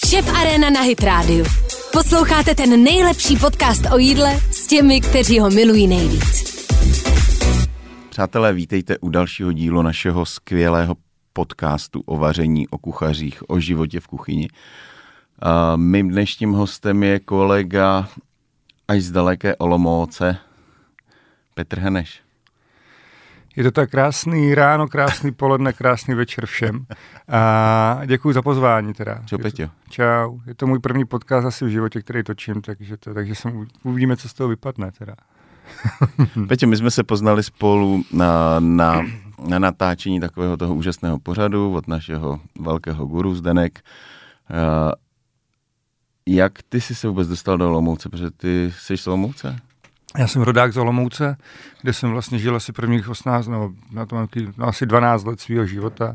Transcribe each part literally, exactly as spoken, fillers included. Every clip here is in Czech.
Šef Arena na Hit Radio. Posloucháte ten nejlepší podcast o jídle s těmi, kteří ho milují nejvíc. Přátelé, vítejte u dalšího dílu našeho skvělého podcastu o vaření, o kuchařích, o životě v kuchyni. A mým dnešním hostem je kolega až z daleké Olomouce, Petr Heneš. Je to tak krásný ráno, krásný poledne, krásný večer všem. A děkuji za pozvání teda. Čau, Peťo. Čau. Je to můj první podcast asi v životě, který točím, takže, to, takže jsem, uvidíme, co z toho vypadne teda. Peťo, my jsme se poznali spolu na, na, na natáčení takového toho úžasného pořadu od našeho velkého guru Zdenek. Uh, jak ty jsi se vůbec dostal do Olomouce, protože ty jsi z Olomouce? Já jsem rodák z Olomouce, kde jsem vlastně žil asi prvních osmnáct, nebo na to mám no, asi dvanáct let svého života.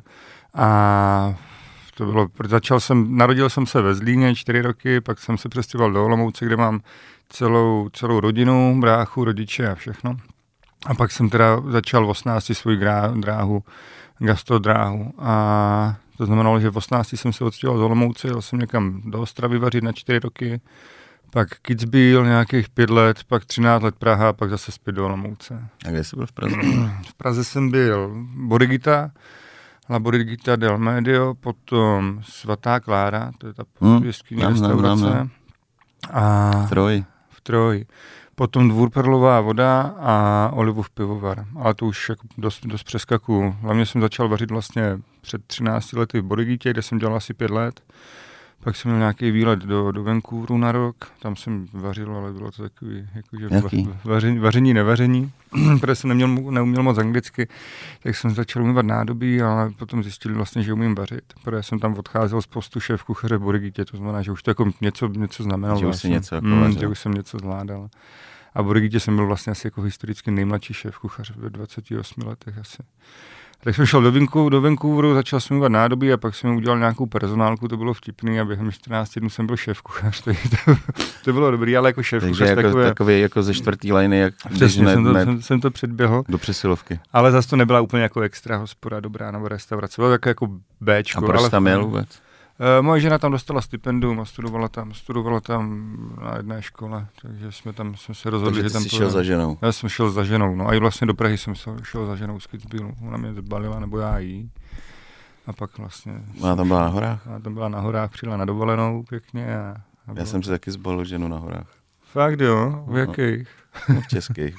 A to bylo, začal jsem, narodil jsem se ve Zlíně čtyři roky, pak jsem se přestěhoval do Olomouce, kde mám celou, celou rodinu, bráchu, rodiče a všechno. A pak jsem teda začal v osmnácti svou dráhu, gastrodráhu. A to znamenalo, že v osmnácti jsem se odstěhoval z Olomouce, jel jsem někam do Ostravy vařit na čtyři roky. Pak Kitzbühel nějakých pět let, pak třináct let Praha, pak zase zpět do Olomouce. A kde jsi byl v Praze? V Praze jsem byl Borigita, La Borigita del Medio, potom Svatá Klára, to je ta pěstkyní hmm, restaurace. A v Troji. V Troji. Potom Dvůr Perlová voda a Olivův pivovar. Ale to už jako dost, dost přeskakuju. Hlavně jsem začal vařit vlastně před třinácti lety v Borigitě, kde jsem dělal asi pět let. Pak jsem měl nějaký výlet do, do Vancouveru na rok, tam jsem vařil, ale bylo to takový, jakože va, vaření, vaření, nevaření, protože jsem neměl, neuměl moc anglicky, tak jsem začal umývat nádobí, ale potom zjistili vlastně, že umím vařit, protože jsem tam odcházel z postu šéf kuchaře v Borigitě, to znamená, že už to jako něco, něco znamenalo. Že už jsem něco jako mm, že už jsem něco zvládal. A v Borigitě jsem byl vlastně asi jako historicky nejmladší šéf kuchař ve dvaceti osmi letech asi. Tak jsem šel do, Vinku, do Vancouveru, začal jsem umývat nádobí a pak jsem udělal nějakou personálku, to bylo vtipný a během čtrnácti dnů jsem byl šéf kuchař, to, to bylo dobrý, ale jako šéf takže kuchař jako, takové... takový jako ze čtvrtý liny, jak přesně, ne, jsem, to, ne, jsem, jsem to předběhl. Do přesilovky. Ale zase to nebyla úplně jako extra hospoda dobrá nebo restaurace, bylo tak jako béčko. A proč ale tam jel vůbec? Uh, moje žena tam dostala stipendium a studovala tam, studovala tam na jedné škole, takže jsme tam jsme se rozhodli, takže že tam jsi šel za ženou. Já jsem šel za ženou, no a i vlastně do Prahy jsem šel za ženou z Kitzbühelu, ona mě zbalila, nebo já jí. A pak vlastně... Ona tam byla na horách? Ona tam byla na horách, přijela na dovolenou pěkně a... a já jsem si taky zbalil ženu na horách. Fakt jo? V jakých? No, v českých.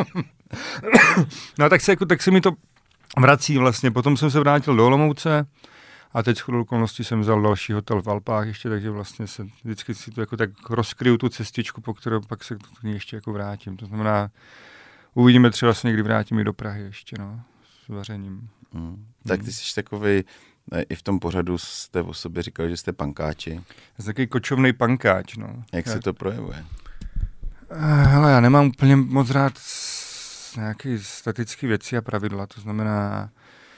No tak se, jako, tak se mi to vrací vlastně, potom jsem se vrátil do Olomouce. A teď shodou okolností jsem vzal další hotel v Alpách ještě, takže vlastně se vždycky si to jako tak rozkryju tu cestičku, po kterou pak se k ní ještě jako vrátím. To znamená, uvidíme, třeba se někdy vrátím i do Prahy ještě, no, s vařením. Hmm. Tak ty jsi takový, i v tom pořadu jste o sobě říkali, že jste pankáči. Já jsem takový kočovnej pankáč, no. Jak se to projevuje? Hele, já nemám úplně moc rád nějaké statické věci a pravidla, to znamená,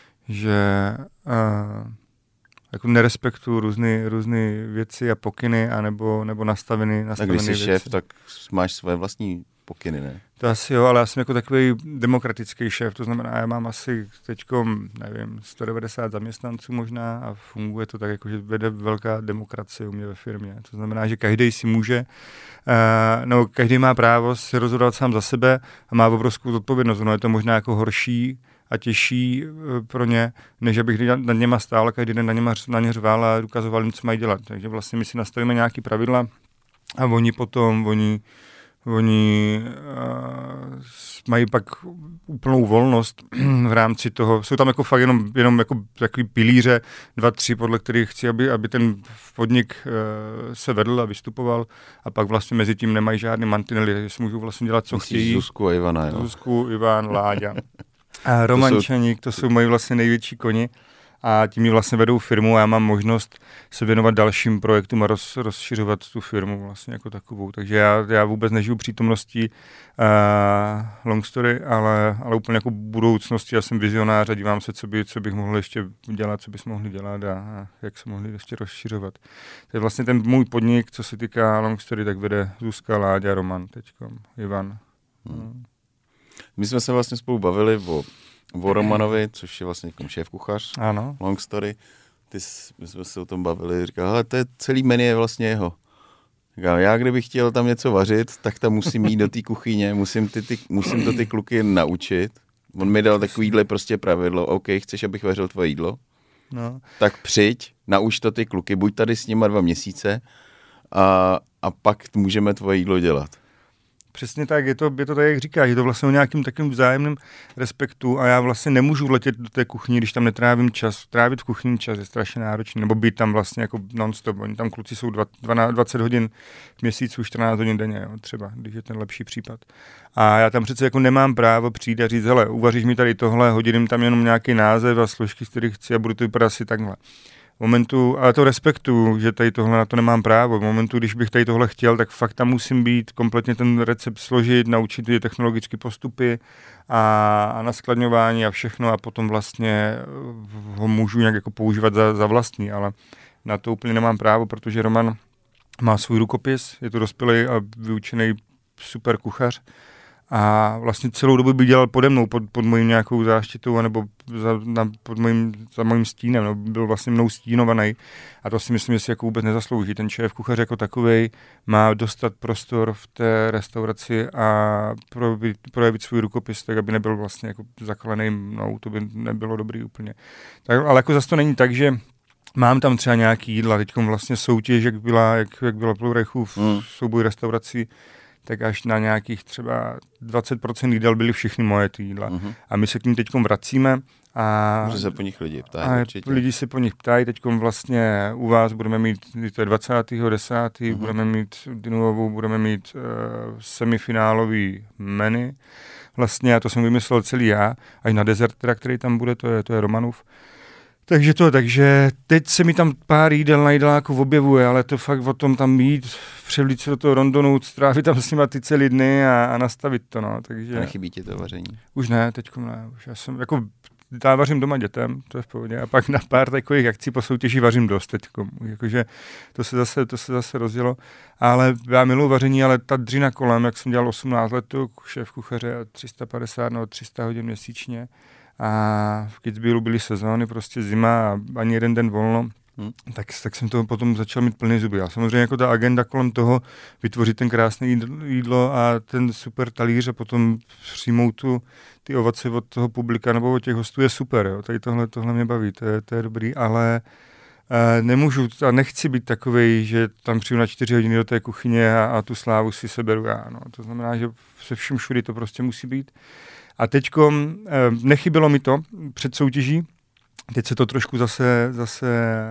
že... Uh, jako nerespektuju různé různé věci a pokyny, anebo, nebo nastaveny, nastavené věci. Tak když jsi šéf, tak máš své vlastní pokyny, ne? To asi jo, ale já jsem jako takový demokratický šéf, to znamená, já mám asi teďkom, nevím, sto devadesát zaměstnanců možná a funguje to tak, jako, že vede velká demokracie u mě ve firmě. To znamená, že každý si může, uh, no každý má právo si rozhodovat sám za sebe a má obrovskou zodpovědnost. No je to možná jako horší a těžší pro ně, než abych nad něma stál a každý den na, něma, na ně řval a ukazoval jim, co mají dělat. Takže vlastně my si nastavíme nějaké pravidla a oni potom, oni, oni uh, mají pak úplnou volnost v rámci toho. Jsou tam jako fakt jenom, jenom jako takový pilíře, dva, tři, podle kterých chci, aby, aby ten podnik uh, se vedl a vystupoval a pak vlastně mezi tím nemají žádný mantinely, takže si můžou vlastně dělat, co Myslíš chtějí. Zuzku a Ivana, jo? Zuzku, Ivan, Láďa. A Romančaník, to jsou moji vlastně největší koni a tím vlastně vedou firmu a já mám možnost se věnovat dalším projektům a roz, rozšiřovat tu firmu vlastně jako takovou. Takže já, já vůbec nežiju přítomností uh, long story, ale, ale úplně jako budoucnosti. Já jsem vizionář a dívám se, co, by, co bych mohl ještě dělat, co bychom mohli dělat a, a jak se mohli ještě rozšiřovat. To je vlastně ten můj podnik, co se týká long story, tak vede Zuzka, Láďa, Roman teďkom, Ivan. Hmm. My jsme se vlastně spolu bavili o, o Romanovi, což je vlastně šéf kuchař, ano. long story. ty jsi, my jsme se o tom bavili, říkal, hele, to je celý menu je vlastně jeho. Říkal, já kdybych chtěl tam něco vařit, tak tam musím jít do té kuchyně, musím, ty, ty, musím to ty kluky naučit. On mi dal takovýhle prostě pravidlo, OK, chceš, abych vařil tvoje jídlo? No. Tak přijď, nauč to ty kluky, buď tady s nima dva měsíce a, a pak můžeme tvoje jídlo dělat. Přesně tak, je to, je to tak, jak říkáš, je to vlastně o nějakým takovým vzájemným respektu a já vlastně nemůžu vletět do té kuchyně, když tam netrávím čas. Trávit v kuchyni čas je strašně náročný, nebo být tam vlastně jako non-stop. Oni tam kluci jsou dvacet hodin v měsícu, čtrnáct hodin denně, jo, třeba, když je ten lepší případ. A já tam přece jako nemám právo přijít a říct, hele, uvaříš mi tady tohle, hodím tam jenom nějaký název a složky, z kterých chci a budu to vypadat asi takhle. V momentu, ale to respektu, že tady tohle na to nemám právo. V momentu, když bych tady tohle chtěl, tak fakt tam musím být, kompletně ten recept složit, naučit ty technologické postupy a, a naskladňování a všechno a potom vlastně ho můžu nějak jako používat za, za vlastní, ale na to úplně nemám právo, protože Roman má svůj rukopis, je to dospělý a vyučený super kuchař. A vlastně celou dobu by dělal pode mnou, pod, pod mojím nějakou záštitou, anebo za, na, pod mojím, za mojím stínem, no, byl vlastně mnou stínovaný. A to si myslím, že si jako vůbec nezaslouží. Ten šéf kuchař jako takovej má dostat prostor v té restauraci a projevit, projevit svůj rukopis, tak aby nebyl vlastně jako zakalený mnou, to by nebylo dobrý úplně. Tak, ale jako zase to není tak, že mám tam třeba nějaký jídla, teďkom vlastně soutěž, jak byla, jak, jak byla Plurechův mm. souboj restaurací, tak až na nějakých třeba dvacet procent jídel byly všechny moje ty jídla. Mm-hmm. A my se k ním teďkom vracíme. A, Může se po nich lidi ptají a určitě. Lidi se po nich ptají. Teďkom vlastně u vás budeme mít, to je dvacátého desátého Mm-hmm. budeme mít Dinuovou, budeme mít uh, semifinálový menu. Vlastně, a to jsem vymyslel celý já. Až na dezert, teda, který tam bude, to je, to je Romanův. Takže to, takže teď se mi tam pár jídel na jídláku objevuje, ale to fakt o tom tam jít, převlít se do toho Rondonu, strávit tam s nima ty celý dny a, a nastavit to, no, takže... A nechybí ti to vaření? Už ne, teďko ne, už já jsem, jako, já vařím doma dětem, to je v pohodě, a pak na pár takových akcí po soutěži vařím dost teďko, jakože to se zase, to se zase rozjelo, ale já miluji vaření, ale ta dřina kolem, jak jsem dělal osmnáct let, to šéf kuchaře a tři sta padesát nebo tři sta hodin měsíčně, a v Kitzbühelu byly sezóny, prostě zima a ani jeden den volno, hmm. tak, tak jsem toho potom začal mít plný zuby. A samozřejmě jako ta agenda kolem toho vytvořit ten krásný jídlo, jídlo a ten super talíř a potom přijmout tu, ty ovoce od toho publika nebo od těch hostů je super. Jo. Tady tohle, tohle mě baví, to je, to je dobrý, ale uh, nemůžu a nechci být takovej, že tam přijdu na čtyři hodiny do té kuchyně a, a tu slávu si seberu já. No. To znamená, že se vším všudy to prostě musí být. A teďko eh, nechybělo mi to před soutěží, teď se to trošku zase, zase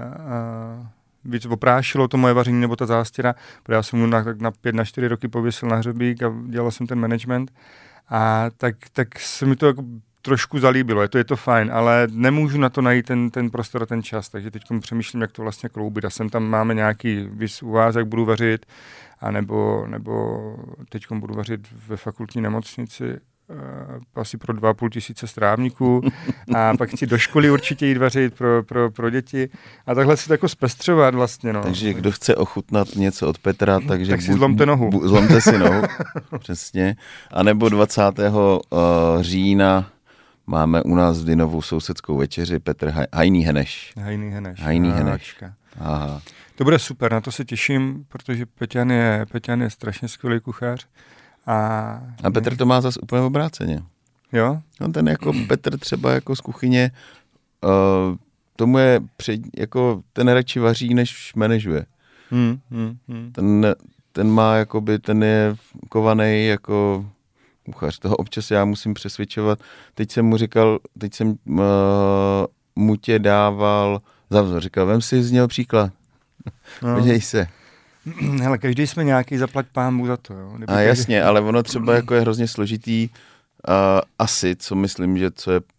eh, víc oprášilo, to moje vaření nebo ta zástěra, protože já jsem mu na, na pět, na čtyři roky pověsil na hřebík a dělal jsem ten management a tak, tak se mi to jako trošku zalíbilo, je to, je to fajn, ale nemůžu na to najít ten, ten prostor a ten čas, takže teď přemýšlím, jak to vlastně kloubit a sem tam máme nějaký vys u vás, jak budu vařit, a nebo, nebo teď budu vařit ve fakultní nemocnici, Uh, asi pro dva a půl tisíce strávníků a pak chci do školy určitě jít vařit pro, pro, pro děti a takhle si to jako zpestřovat vlastně. No. Takže kdo chce ochutnat něco od Petra, takže tak si zlomte nohu. Bu, zlomte si nohu, přesně. A nebo dvacátého října máme u nás v Dinovu sousedskou večeři Petr Haj, Hajný Heneš. Hajný Heneš. Hajný Heneš. Aha. To bude super, na to se těším, protože Peťan je, Peťan je strašně skvělý kuchař. A, a Petr to má zase úplně obráceně. Jo? No ten jako Petr třeba jako z kuchyně, uh, tomu je před, jako ten radši vaří, než manažuje. Hmm, hmm, hmm. Ten, ten má jakoby, ten je kovaný jako kuchař. Toho občas já musím přesvědčovat. Teď jsem mu říkal, teď jsem uh, mu tě dával, zavřel, říkal, vem si z něho příklad. No. Podívej se. Hele, každý jsme nějaký, zaplať pámu za to. Jo? A jasně, každý... ale ono třeba jako je hrozně složitý uh, asi, co myslím, že co je,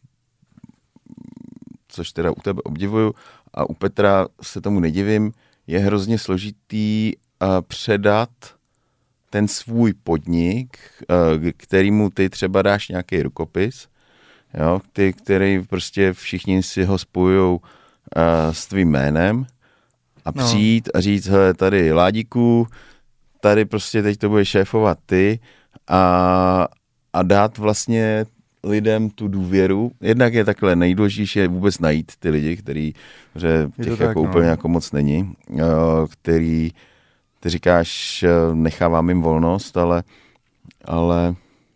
což teda u tebe obdivuju a u Petra se tomu nedivím, je hrozně složitý uh, předat ten svůj podnik, uh, kterýmu ty třeba dáš nějaký rukopis, jo, ty, který prostě všichni si ho spojujou uh, s tvým jménem, a přijít no. a říct, hele, tady Ládíku, tady prostě teď to bude šéfovat ty a, a dát vlastně lidem tu důvěru. Jednak je takhle nejdůležitější je vůbec najít ty lidi, který, že těch tak, jako no. úplně jako moc není, který, ty říkáš, nechávám jim volnost, ale, ale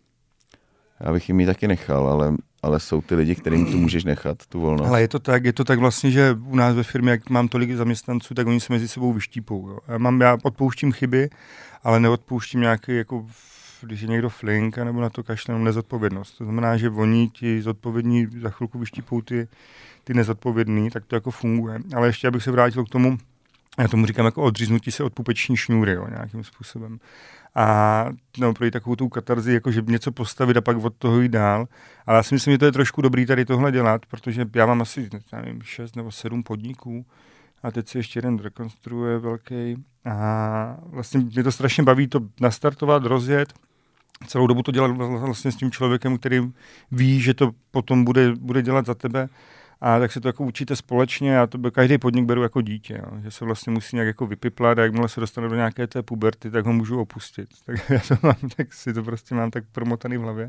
já bych jim ji taky nechal, ale, ale jsou ty lidi, kterým tu můžeš nechat, tu volnost. Ale je to tak, je to tak vlastně, že u nás ve firmě, jak mám tolik zaměstnanců, tak oni se mezi sebou vyštípou. Jo. Já, mám, já odpouštím chyby, ale neodpouštím nějaký, jako, když je někdo flink, nebo na to kašle, nezodpovědnost. To znamená, že oni ti zodpovědní za chvilku vyštípou ty, ty nezodpovědný, tak to jako funguje. Ale ještě abych se vrátil k tomu, já tomu říkám jako odříznutí se od pupeční šňůry, jo, nějakým způsobem. A no, projít takovou tu katarzi, jako že něco postavit a pak od toho jít dál. Ale já si myslím, že to je trošku dobrý tady tohle dělat, protože já mám asi, nevím, šest nebo sedm podniků a teď se ještě jeden rekonstruuje velký. A vlastně mě to strašně baví to nastartovat, rozjet. Celou dobu to dělat vlastně s tím člověkem, který ví, že to potom bude, bude dělat za tebe. A tak se to jako učíte společně a to každý podnik beru jako dítě, jo. Že se vlastně musí nějak jako vypiplat a jakmile se dostane do nějaké té puberty, tak ho můžu opustit. Tak já to mám, tak si to prostě mám tak promotaný v hlavě.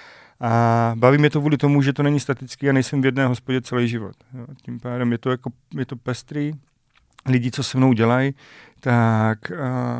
A baví mě to kvůli tomu, že to není statický a nejsem v jedné hospodě celý život. Jo. Tím pádem je to, jako, je to pestrý. Lidi, co se mnou dělají, tak uh,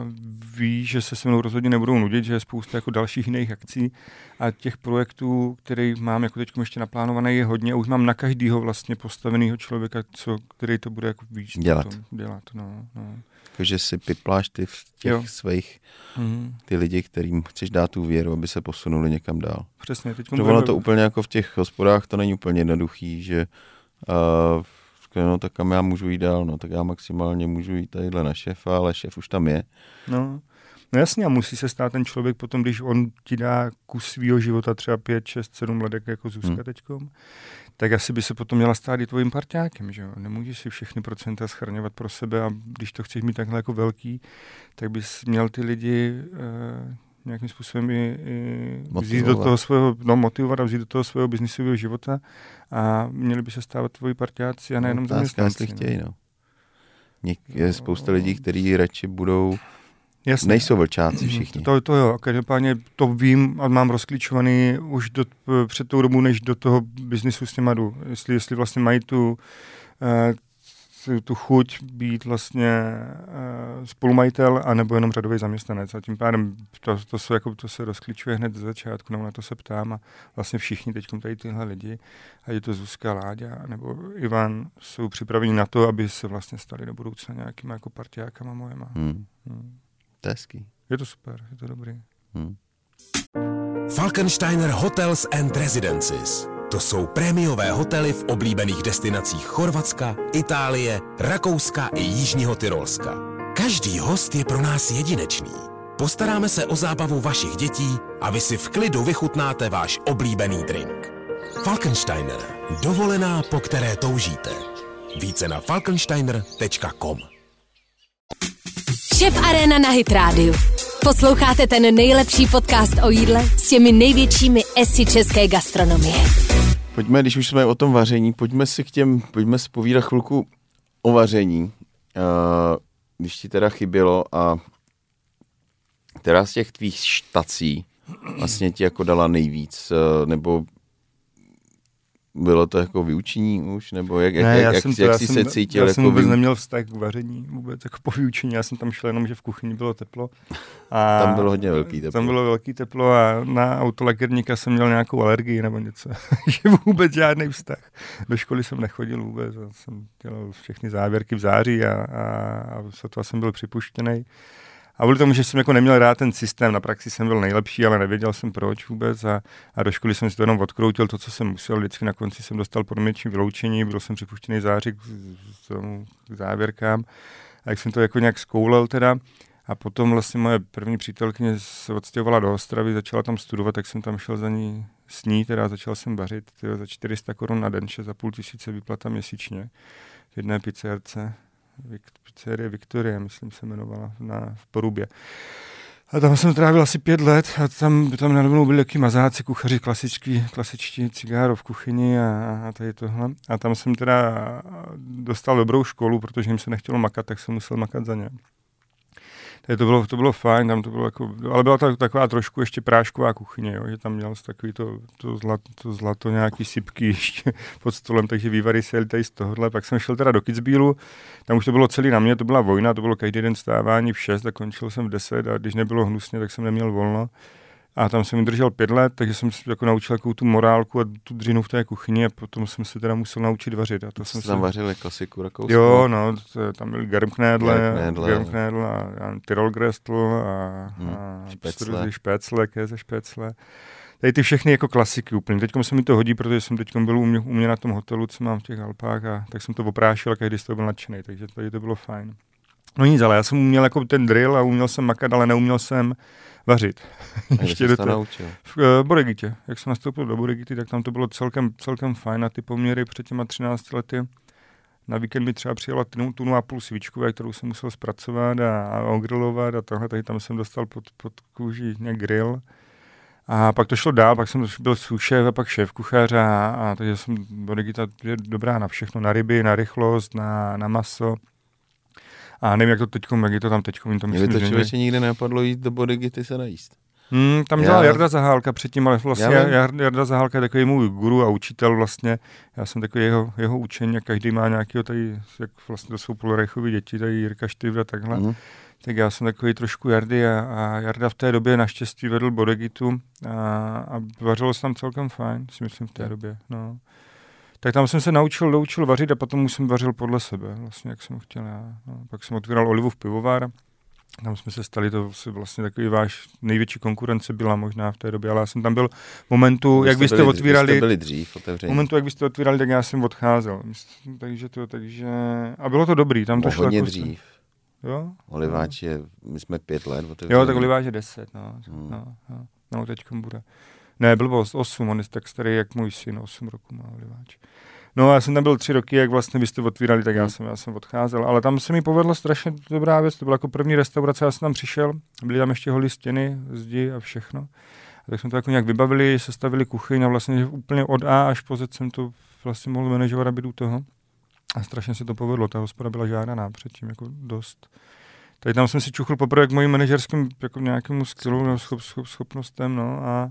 ví, že se se mnou rozhodně nebudou nudit, že je spousta jako dalších jiných akcí a těch projektů, který mám jako teď ještě naplánovaný, je hodně a už mám na každýho vlastně postavenýho člověka, co, který to bude jako víc dělat. dělat no, no. Takže si pipláš ty v těch jo. svých, mm. ty lidi, kterým chceš dát tu věru, aby se posunuli někam dál. Přesně. Teď ono to úplně jako v těch hospodách, to není úplně jednoduchý, že uh, no tak kam já můžu jít dál, no tak já maximálně můžu jít tadyhle na šéfa, ale šéf už tam je. No, no jasně a musí se stát ten člověk potom, když on ti dá kus svýho života třeba pět, šest, sedm let, jako Zuzka hmm. teďkom, tak asi by se potom měla stát i tvojím parťákem, že jo. Nemůžeš si všechny procenta schrňovat pro sebe a když to chceš mít takhle jako velký, tak bys měl ty lidi uh, nějakým způsobem i, i vzít do toho svého, no motivovat a vzít do toho svého biznisového života a měli by se stávat tvoji parťáci a nejenom no, zaměstnanci. Jestli chtějí, no. Něk, je spousta lidí, kteří radši budou, jasně. Nejsou vlčáci všichni. To, to jo, každopádně to vím a mám rozklíčovaný už do, před tou dobu, než do toho biznisu s těma jdu. Jestli, jestli vlastně mají tu, uh, tu chuť být vlastně uh, spolumajitel anebo jenom řadový zaměstnanec. A tím pádem to, to, se, jako, to se rozklíčuje hned ze začátku, nebo na to se ptám a vlastně všichni teď tady tyhle lidi, ať je to Zuzka, Láďa nebo Ivan, jsou připraveni na to, aby se vlastně stali do budoucna nějakýma jako partiákama mojema. Hmm. Hmm. To je hezký. Je to super, je to dobrý. Hmm. Falkensteiner Hotels and Residences. To jsou prémiové hotely v oblíbených destinacích Chorvatska, Itálie, Rakouska i Jižního Tyrolska. Každý host je pro nás jedinečný. Postaráme se o zábavu vašich dětí a vy si v klidu vychutnáte váš oblíbený drink. Falkensteiner. Dovolená, po které toužíte. Více na falkensteiner tečka com. Šéf Arena na Hit Radio. Posloucháte ten nejlepší podcast o jídle s těmi největšími esy české gastronomie. Pojďme, když už jsme o tom vaření, pojďme si k těm, pojďme si povídat chvilku o vaření. Uh, když ti teda chybělo a teda z těch tvých štací vlastně ti jako dala nejvíc, uh, nebo bylo to jako vyučení už, nebo jak, ne, jak, já jak, jsem to, jak já jsi jsem, se cítil? Já jako jsem vůbec vy... neměl vztah k vaření, vůbec jako po vyučení, já jsem tam šel jenom, že v kuchyni bylo teplo. A tam bylo hodně velký teplo. Tam bylo velký teplo a na autolakerníka jsem měl nějakou alergii nebo něco, že vůbec žádný vztah. Do školy jsem nechodil vůbec, já jsem dělal všechny závěrky v září a, a, a sotva jsem byl připuštěný. A kvůli tomu, že jsem jako neměl rád ten systém, na praxi jsem byl nejlepší, ale nevěděl jsem proč vůbec a, a do školy jsem si to jenom odkroutil, to, co jsem musel, vždycky na konci jsem dostal podmínečné vyloučení, byl jsem připuštěný září k, k závěrkám a jak jsem to jako nějak zkoulel teda a potom vlastně moje první přítelkyně se odstěhovala do Ostravy, začala tam studovat, tak jsem tam šel za ní s ní, teda začal jsem vařit tyjo, za čtyři sta korun na den, šest a půl tisíce výplata měsíčně v jedné pizzerce. Pizzerie Viktorie, myslím, se jmenovala na, v Porubě. A tam jsem trávil asi pět let a tam, tam na dobu byli taky mazáci, kuchaři, klasičtí, klasičtí cigáro v kuchyni a, a tady tohle. A tam jsem teda dostal dobrou školu, protože jim se nechtělo makat, tak jsem musel makat za ně. To bylo, to bylo fajn, tam to bylo jako, ale byla to taková trošku ještě prášková kuchyně, jo, že tam měl takový to, to, zlato, to zlato, nějaký sypky ještě pod stolem, takže vývary se jeli tady z tohohle. Pak jsem šel teda do Kitzbühelu, tam už to bylo celý na mě, to byla vojna, to bylo každý den stávání v šest a končil jsem v deset a když nebylo hnusně, tak jsem neměl volno. A tam jsem držel pět let, takže jsem jako naučil takovou tu morálku a tu dřinu v té kuchyni a potom jsem se teda musel naučit vařit. A to jsem tam se... vařili klasiku rakouskou? Jo, no, to, tam byly Germknädle, Germknädle a, a Tyrolgrestl a, hmm. a špecle, špecle, kéze špecle. Tady ty všechny jako klasiky úplně. Teďkom se mi to hodí, protože jsem teďkom byl u mě, u mě na tom hotelu, co mám v těch Alpách a tak jsem to oprášil a každý z toho byl nadšený, takže tady to bylo fajn. No nic, ale já jsem uměl jako ten drill a uměl jsem makat, ale neuměl jsem vařit. Ještě do toho. V uh, Boregitě. Jak jsem nastoupil do Boregity, tak tam to bylo celkem, celkem fajn na ty poměry před těma třinácti lety. Na víkend mi třeba přijela tunu, tunu a půl svíčkové, kterou jsem musel zpracovat a, a ogrilovat a tohle, tady tam jsem dostal pod, pod kůží nějak grill. A pak to šlo dál, pak jsem byl šéf a pak šéf kuchař a, a takže jsem Boregita je dobrá na všechno, na ryby, na rychlost, na, na maso. A nevím, jak to teďkom, jak je to tam teďkom. To myslím, Mě to člověče nikdy nenapadlo jít do Boregity se najíst. Hmm, tam dělal já... Jarda Zahálka předtím, ale vlastně já Jarda Zahálka je takový můj guru a učitel vlastně. Já jsem takový jeho, jeho učení a každý má nějakého tady, jak vlastně to jsou polorechoví děti, tady Jirka Štyvra takhle. Mm. Tak já jsem takový trošku Jardy a, a Jarda v té době naštěstí vedl Boregitu a, a vařilo se tam celkem fajn, si myslím v té době. No. Tak tam jsem se naučil, doučil vařit a potom už jsem vařil podle sebe, vlastně jak jsem chtěl já. No. Pak jsem otvíral Olivu v pivovar, tam jsme se stali, to vlastně takový váš největší konkurence byla možná v té době, ale já jsem tam byl momentu, vy jak vy jste byli, otvírali, vy jste byli dřív otevření. Momentu, jak vy jste otvírali, tak já jsem odcházel. Takže to, takže, a bylo to dobrý, tam to no, šlo hodně jako dřív. Jo? Oliváč je, my jsme pět let otevřeli. Jo, tak Oliváč je deset, no. Hmm. no, no. No, teďkom bude. Ne, blbost, osm, on je tak starý, jak můj syn, osm roku má Oliváč. No, já jsem tam byl tři roky, jak vlastně vy jste otvírali, tak já, hmm. jsem, já jsem odcházel. Ale tam se mi povedla strašně dobrá věc, to byla jako první restaurace, já jsem tam přišel, byly tam ještě holí stěny, zdi a všechno. A tak jsme to jako nějak vybavili, sestavili kuchyň a vlastně úplně od A až po Z jsem to vlastně mohl manažovat a být u toho. A strašně se to povedlo, ta hospoda byla žádaná předtím, jako dost. Tady tam jsem si čuchl poprvé k mojím manažerským jako nějakému skillu, schop, schop, schopnostem, no a,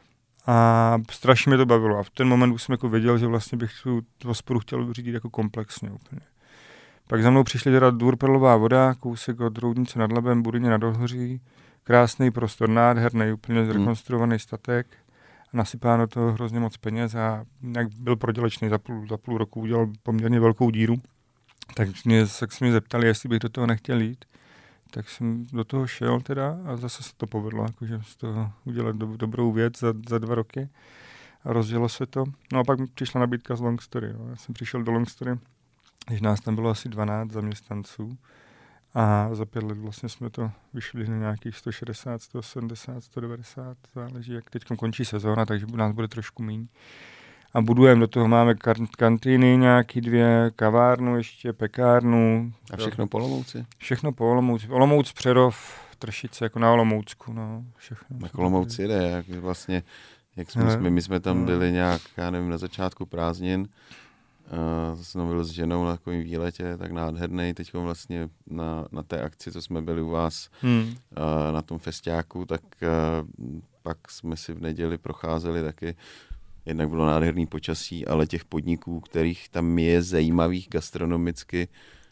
a strašně mě to bavilo. A v ten moment už jsem jako věděl, že vlastně bych tu hospodu chtěl řídit jako komplexně úplně. Pak za mnou přišli teda Dvůr Perlová voda, kousek od Roudnice nad Labem, Budyně nad Dohoří, krásný prostor, nádherný, úplně zrekonstruovaný statek. Nasypáno toho hrozně moc peněz a jak byl prodělečný za půl, za půl roku, udělal poměrně velkou díru. Tak mě, tak se mě zeptali, jestli bych do toho nechtěl jít. Tak jsem do toho šel teda a zase se to povedlo, jakože z toho udělat do, dobrou věc za, za dva roky a rozdělo se to. No a pak mi přišla nabídka z Long Story. No. Já jsem přišel do Long Story, když nás tam bylo asi dvanáct zaměstnanců a za pět let vlastně jsme to vyšli na nějakých sto šedesát, sto sedmdesát, sto devadesát, záleží, jak teď končí sezóna, takže nás bude trošku míň. A budujeme, do toho máme kantýny nějaký dvě, kavárnu ještě, pekárnu. A všechno po Olomouci? Všechno po Olomouci. Olomouc, Přerov, Tršice, jako na Olomoucku, no, všechno. Na Olomouci jde, jak vlastně, jak jsme, jsme, my jsme tam byli nějak, já nevím, na začátku prázdnin, Uh, jsem byl s ženou na takovém výletě, tak nádherný, teď vlastně na, na té akci, co jsme byli u vás hmm. uh, na tom festiáku, tak uh, pak jsme si v neděli procházeli taky, jednak bylo nádherný počasí, ale těch podniků, kterých tam je zajímavých gastronomicky,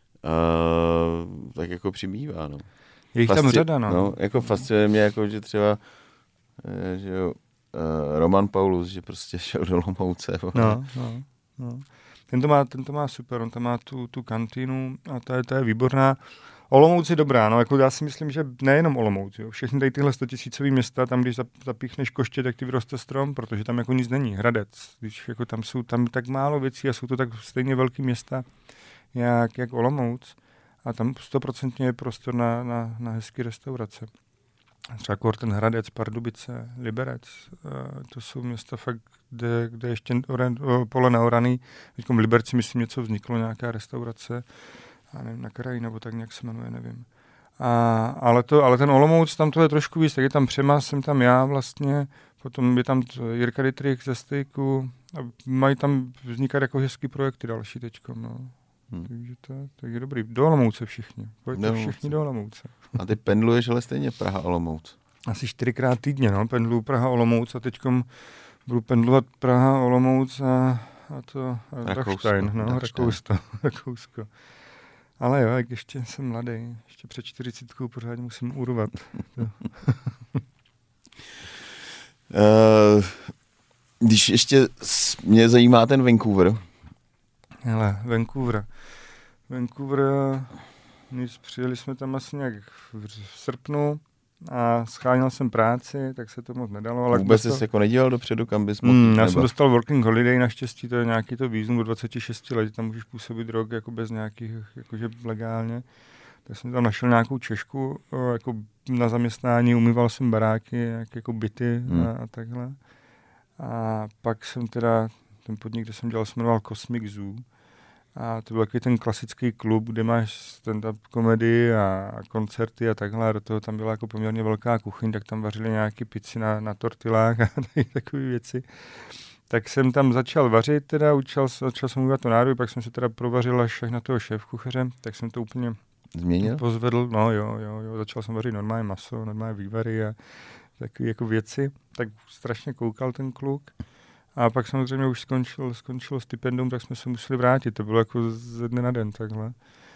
uh, tak jako přibývá. No. Je jich Fasci- tam řada, no. no. Jako fascinuje mě, jako, že třeba že jo, uh, Roman Paulus, že prostě šel do Olomouce. No, no, no. Ten to má, ten to má super, on tam má tu, tu kantýnu a ta je, ta je výborná. Olomouc je dobrá, no jako já si myslím, že nejenom Olomouc, jo. Všechny tady tyhle stotisícový města, tam když zapíchneš koště, tak ty vyroste strom, protože tam jako nic není, Hradec, když jako tam jsou tam tak málo věcí a jsou to tak stejně velký města, jak, jak Olomouc a tam stoprocentně je prostor na, na, na hezké restaurace. Třeba ten Hradec, Pardubice, Liberec, to jsou města fakt, kde, kde ještě oran, pole naoraný. Teď v Liberci myslím něco vzniklo, nějaká restaurace, já nevím, na kraji, nebo tak nějak se jmenuje, nevím. A, ale, to, ale ten Olomouc, tam to je trošku víc, tak je tam Přemas, jsem tam já vlastně, potom je tam Jirka Dittrich ze Stejku a mají tam vznikat jako hezký projekty další teďko, no. Hmm. Takže to tak je dobrý. Do Olomouce všichni. Pojďte všichni do Olomouce. A ty pendluješ ale stejně Praha-Olomouc. Asi čtyřikrát týdně, no. Pendluju Praha-Olomouc a teďkom budu pendlovat Praha-Olomouc a, a to a Dachstein, no, Rakousko. Rakousko. Ale jo, jak ještě jsem mladý, ještě před čtyřicítkou pořád musím urvat. uh, když ještě mě zajímá ten Vancouver. Hele, Vancouver. Vancouver, nic, přijeli jsme tam asi nějak v, v srpnu a scháněl jsem práci, tak se to moc nedalo. Ale vůbec dostal... jsi jako nedělal dopředu, kam bys mohl? Mm, já jsem dostal working holiday, naštěstí to je nějaký to vízum do dvacet šest let, tam můžeš působit rok jako bez nějakých, jakože legálně. Tak jsem tam našel nějakou Češku jako na zaměstnání, umýval jsem baráky, jak, jako byty hmm. a, a takhle. A pak jsem teda, ten podnik, kde jsem dělal, se jmenoval Cosmic Zoo. A to byl takový ten klasický klub, kde máš stand-up komedii a koncerty a takhle. A do toho tam byla jako poměrně velká kuchyň, tak tam vařili nějaké pici na, na tortilách a takové věci. Tak jsem tam začal vařit, teda učil, začal jsem udělat to nádoby, pak jsem se teda provařil až na toho šéfkuchaře, tak jsem to úplně změnil? Pozvedl. No jo, jo, jo, začal jsem vařit normálně maso, normálně vývary a takové jako věci. Tak strašně koukal ten kluk. A pak samozřejmě už skončil, skončilo stipendium, tak jsme se museli vrátit. To bylo jako ze dne na den takhle.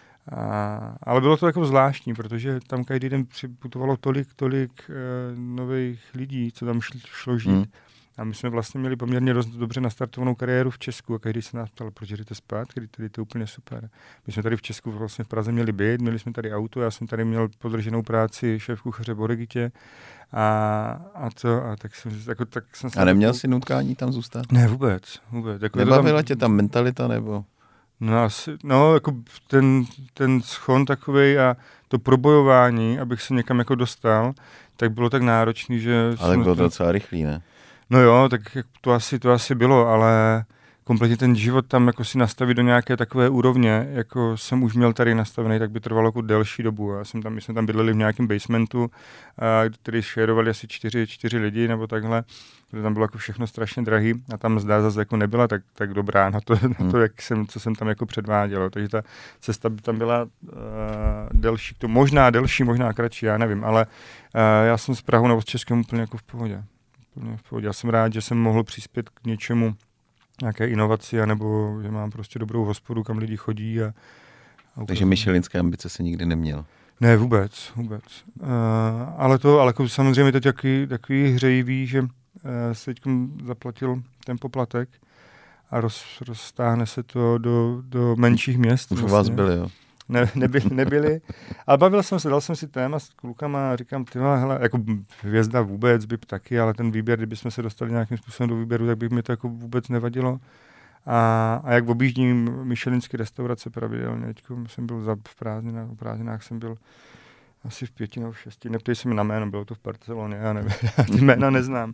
A, ale bylo to jako zvláštní, protože tam každý den připutovalo tolik, tolik e, nových lidí, co tam šlo, šlo žít. Hmm. A my jsme vlastně měli poměrně dost dobře nastartovanou kariéru v Česku a každý se nás ptal, proč jdete zpátky, tady to je úplně super. My jsme tady v Česku vlastně v Praze měli byt, měli jsme tady auto, já jsem tady měl podrženou práci šéfkuchaře v Oregitě a, a to, a tak jsem, jako, tak jsem A neměl jsi nutkání tam zůstat? Ne, vůbec, vůbec. Jako nebavila tam... tě tam mentalita, nebo? No, asi, no jako ten, ten schon takovej a to probojování, abych se někam jako dostal, tak bylo tak náročný, že... Ale bylo to docela rychlý, ne? No jo, tak to asi, to asi bylo, ale kompletně ten život tam jako si nastavit do nějaké takové úrovně, jako jsem už měl tady nastavený, tak by trvalo jako delší dobu. Já jsem tam, my jsme tam bydleli v nějakém basementu, který šerovali asi čtyři, čtyři lidi nebo takhle, protože tam bylo jako všechno strašně drahý a tam mzda zase jako nebyla tak, tak dobrá na to, hmm. na to jak jsem, co jsem tam jako předváděl. Takže ta cesta by tam byla uh, delší, to možná delší, možná kratší, já nevím, ale uh, já jsem s Prahou nebo s Českem úplně jako v pohodě. Já jsem rád, že jsem mohl přispět k něčemu, nějaké inovaci, anebo že mám prostě dobrou hospodu, kam lidi chodí. A, a takže michelinské ambice se nikdy neměl? Ne, vůbec, vůbec. Uh, ale to, ale jako samozřejmě teď takový, takový hřejivý, že uh, se teď zaplatil ten poplatek a roz, roztáhne se to do, do menších měst. Už u vás byli, jo? Ne, nebyli, nebyli, ale bavil jsem se, dal jsem si téma s klukama a říkám, ty hele, jako hvězda vůbec, by taky, ale ten výběr, kdybychom se dostali nějakým způsobem do výběru, tak by mi to jako vůbec nevadilo. A, a jak objíždím michelinské restaurace pravidelně, teďko jsem byl za, v prázdninách, v prázdninách jsem byl asi v pěti nebo v šesti, neptej se mi na jméno, bylo to v Barceloně, já nevím, já ty jména neznám.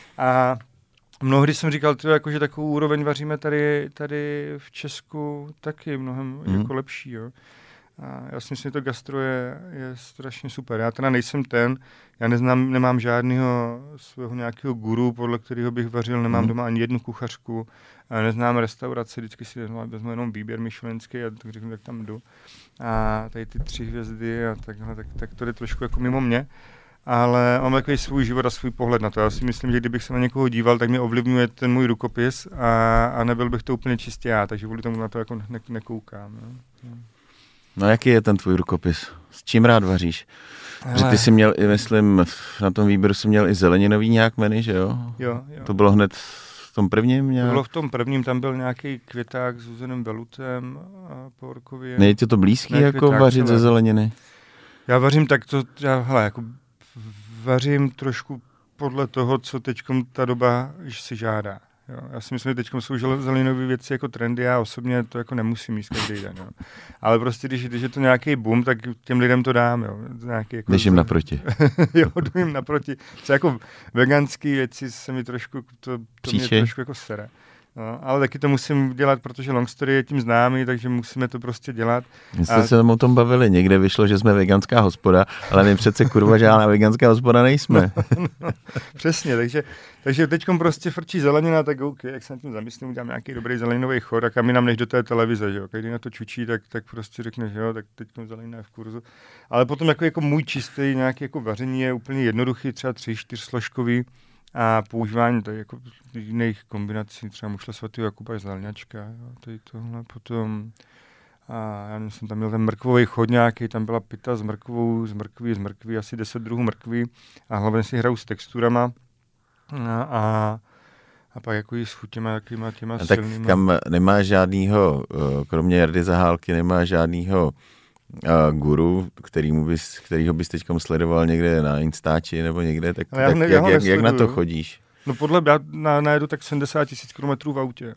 A mnohdy jsem říkal, to jako, že takovou úroveň vaříme tady, tady v Česku taky mnohem mm. jako lepší. Jo. A já si myslím, že to gastro je, je strašně super. Já teda nejsem ten, já neznám, nemám žádného svého nějakého guru, podle kterého bych vařil, nemám mm. doma ani jednu kuchařku, neznám restauraci, vždycky si vezmu jenom výběr michelinský a tak řeknu, tak tam jdu. A tady ty tři hvězdy a takhle, tak, tak to je trošku jako mimo mě. Ale mám takový svůj život a svůj pohled na to. Já si myslím, že kdybych se na někoho díval, tak mě ovlivňuje ten můj rukopis a, a nebyl bych to úplně čistě já, takže kvůli tomu na to jako ne, nekoukám. No. No jaký je ten tvůj rukopis? S čím rád vaříš? Že ty jsi měl, myslím, na tom výběru jsi měl i zeleninový nějak menu, že jo? Jo, jo. To bylo hned v tom prvním nějak? To bylo v tom prvním, tam byl nějaký květák s uzeným velutem a porkově. Nejde ti to blízký ne, jako květák, vařit ze zeleniny? Já vařím tak to, já, hele, jako vařím trošku podle toho, co teďkom ta doba si žádá. Jo. Já si myslím, že teďkom jsou zelenové věci jako trendy, já osobně to jako nemusím jíst každý den. Jo. Ale prostě, když, když je to nějaký boom, tak těm lidem to dám. Jo. Nějaký jako když jim naproti. Jo, jdu jim naproti. Co jako veganský věci se mi trošku, to, to mě trošku jako sere. No, ale taky to musím dělat, protože Long Story je tím známý, takže musíme to prostě dělat. My jsme a... se o tom bavili, někde vyšlo, že jsme veganská hospoda, ale my přece kurva žádná veganská hospoda nejsme. No, no, přesně, takže, takže teďkom prostě frčí zelenina, tak OK, jak se na tím zamyslím, udělám nějaký dobrý zeleninový chod a kam jinam než do té televize, že jo. Když na to čučí, tak, tak prostě řekne, že jo, tak teďkom zelenina je v kurzu. Ale potom jako, jako můj čistý nějaký jako vaření je úplně jednoduchý, třeba tři, čtyř složkový. A používání tady jako jiných kombinací, třeba mušle svatého Jakuba, zelňačka, jo, tady tohle, potom, a já nevím, jsem tam měl ten mrkvový chod nějaký, tam byla pita s mrkvou, z mrkví, z mrkví, asi deset druhů mrkví a hlavně si hraju s texturama a, a, a pak jako i s chutěma, jakýma těma a silnýma. Tak tam nemá žádnýho, kromě Jardy Zahálky, nemá žádnýho a guru, kterýmu bys, kterýho bys teďkom sledoval někde na Instači nebo někde, tak, tak ne, jak, jak, jak na to chodíš? No podle, já na, najedu tak sedmdesát tisíc kilometrů v autě.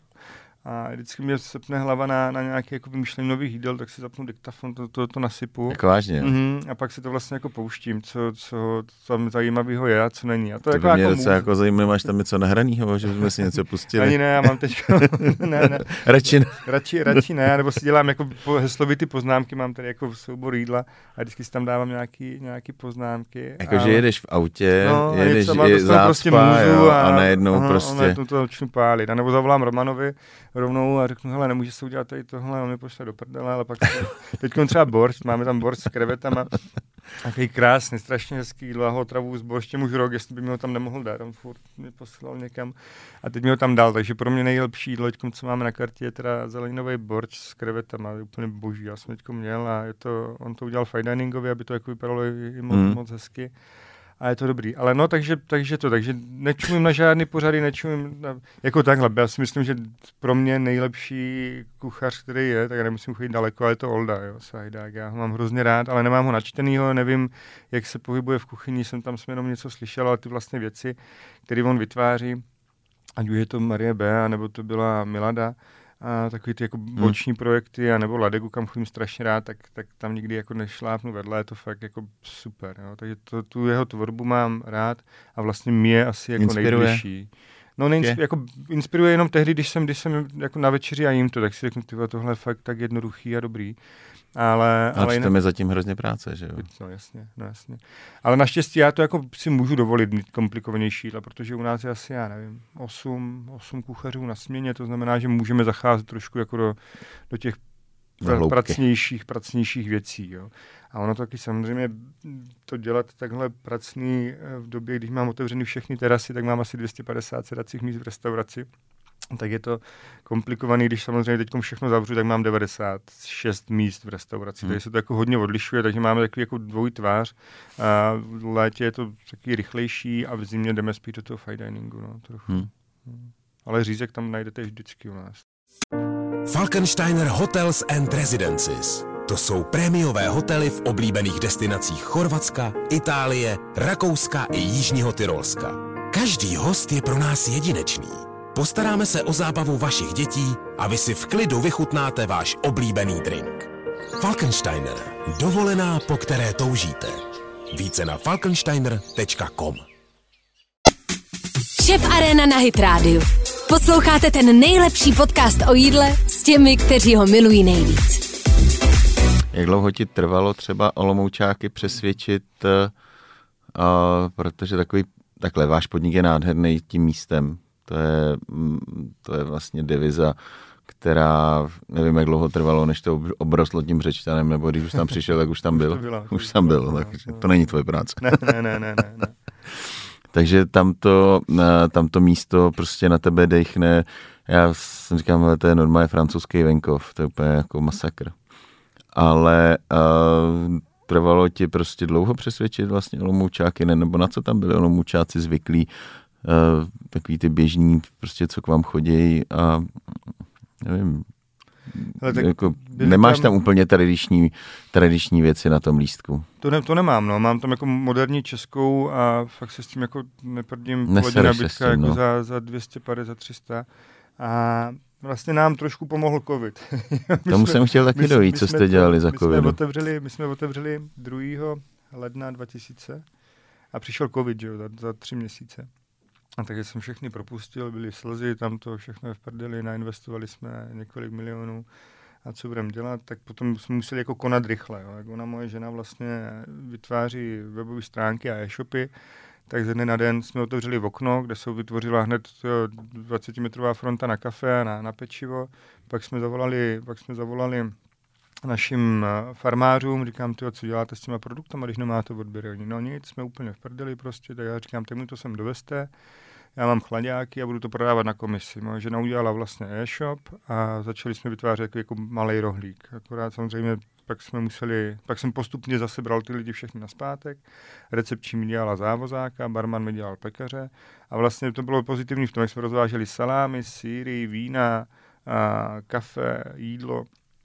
A vždycky mě sepne hlava na, na nějaké jako vymýšlení nových jídel, tak si zapnu diktafon, to, to, to nasypu. Jako vážně? Mm-hmm, a pak si to vlastně jako pouštím, co, co tam zajímavého je a co není. A to, to jako by mě jako docela jako zajímavé, máš tam něco nahranýho, že jsme si něco pustili. Ani ne, já mám teď... ne, ne. radši ne. Radši, radši ne, nebo si dělám jako po, heslovitý poznámky, mám tady jako soubor jídla a vždycky si tam dávám nějaký, nějaký poznámky. Jakože ale... jedeš v autě, no, jedeš je zácpa prostě a, a najednou aha, prostě... A najednou to začnu pálit. A nebo zavolám Romanovi rovnou a řeknu, hele, nemůže se udělat tady tohle, on mě pošle do prdele, ale pak teď třeba boršt, máme tam boršt s krevetama, takový krásný, strašně hezký jídlo, ho otravu s borštěm už rok, jestli by mi ho tam nemohl dát, on furt mě poslal někam a teď mi ho tam dal, takže pro mě nejlepší jídlo, co máme na kartě, je teda zeleninový boršt s krevetama, je úplně boží, já jsem teďko měl a je to, on to udělal fine diningově, aby to jako vypadalo i moc, mm. moc hezky. A je to dobrý. Ale no, takže, takže to, takže nečumím na žádný pořady, nečumím na, jako takhle. Já si myslím, že pro mě nejlepší kuchař, který je, tak já nemusím chodit daleko, ale je to Olda, jo, Sajdák. Já ho mám hrozně rád, ale nemám ho načtenýho, nevím, jak se pohybuje v kuchyni, jsem tam jenom něco slyšel, ale ty vlastně věci, které on vytváří, ať už je to Marie B., nebo to byla Milada, a takový ty jako boční hmm. projekty, a nebo Ladegu, kam chodím strašně rád, tak, tak tam nikdy jako nešlápnu vedle, je to fakt jako super. Jo. Takže to, tu jeho tvorbu mám rád a vlastně mě asi jako inspiruje. Nejbližší. No neinsp- jako inspiruje jenom tehdy, když jsem, když jsem jako na večeři a jím to, tak si řeknu, tyhle, tohle je fakt tak jednoduchý a dobrý. Ale, ale přitom je zatím hrozně práce, že jo? No jasně, no jasně. Ale naštěstí já to jako si můžu dovolit mít komplikovanější jídla, protože u nás je asi, já nevím, osm, osm kuchařů na směně, to znamená, že můžeme zacházet trošku jako do, do těch pra, pracnějších, pracnějších věcí, jo. A ono taky samozřejmě to dělat takhle pracný v době, když mám otevřený všechny terasy, tak mám asi dvě stě padesát sedacích míst v restauraci. Tak je to komplikovaný, když samozřejmě teď všechno zavřu, tak mám devadesát šest míst v restauraci, hmm. takže se to jako hodně odlišuje, takže máme takový jako dvojí tvář. A v létě je to taky rychlejší a v zimě jdeme spíš do toho fine diningu. No, trochu. Hmm. Ale řízek tam najdete vždycky u nás. Falkensteiner Hotels and Residences. To jsou prémiové hotely v oblíbených destinacích Chorvatska, Itálie, Rakouska i Jižního Tyrolska. Každý host je pro nás jedinečný. Postaráme se o zábavu vašich dětí a vy si v klidu vychutnáte váš oblíbený drink. Falkensteiner. Dovolená, po které toužíte. Více na falkensteiner tečka com. Šéf Arena na Hit Radio. Posloucháte ten nejlepší podcast o jídle s těmi, kteří ho milují nejvíc. Jak dlouho ti trvalo třeba Olomoučáky přesvědčit, uh, protože takový, takhle, váš podnik je nádherný tím místem. To je, to je vlastně deviza, která, nevím, jak dlouho trvalo, než to obrostlo tím Břečťanem, nebo když už tam přišel, tak už tam byl. Už, byla, už tam byl, takže to není tvoje práce. Ne, ne, ne, ne, ne. Takže tamto, tamto místo prostě na tebe dechne. Já jsem říkám, to je normálně francouzský venkov, to je úplně jako masakr. Ale uh, trvalo ti prostě dlouho přesvědčit vlastně Olomoučáky, ne, nebo na co tam byli Olomoučáci zvyklí, uh, takový ty běžní, prostě co k vám chodí a nevím, tak jako, nemáš tam, tam úplně tradiční, tradiční věci na tom lístku. To, ne, to nemám, no. Mám tam jako moderní českou a fakt se s tím jako neprdím pohodě nabídka jako no. za, za dvě stě padesát, za tři sta a vlastně nám trošku pomohl covid. Tomu jsme, jsem chtěl taky dojít, co jste dělali za covid. My jsme otevřeli, my jsme otevřeli druhého ledna dva tisíce a přišel covid, že jo, za, za tři měsíce. A takže jsem všechny propustil, byly slzy, tam to všechno je v prdeli, nainvestovali jsme několik milionů. A co budeme dělat, tak potom jsme museli jako konat rychle. Jo. Jak ona, moje žena, vlastně vytváří webové stránky a e-shopy, tak ze dne na den jsme otevřeli okno, kde se vytvořila hned dvacetimetrová fronta na kafe a na, na pečivo. Pak jsme zavolali, pak jsme zavolali našim farmářům, říkám, tyjo, co děláte s těma produktama, když nemáte odběry? Oni, no nic, jsme úplně v prdeli prostě, tak já říkám, tak mi to sem dovezte. Já mám chlaďáky a budu to prodávat na komisi. Moje žena udělala vlastně e-shop a začali jsme vytvářet jako, jako malej rohlík. Akorát samozřejmě pak jsme museli, pak jsem postupně zase bral ty lidi všechny nazpátek. Recepční mi dělala závozáka, barman mi dělal pekaře a vlastně to bylo pozitivní v tom, jak jsme rozváželi salámy, sýry, vína, a kafe, jídlo.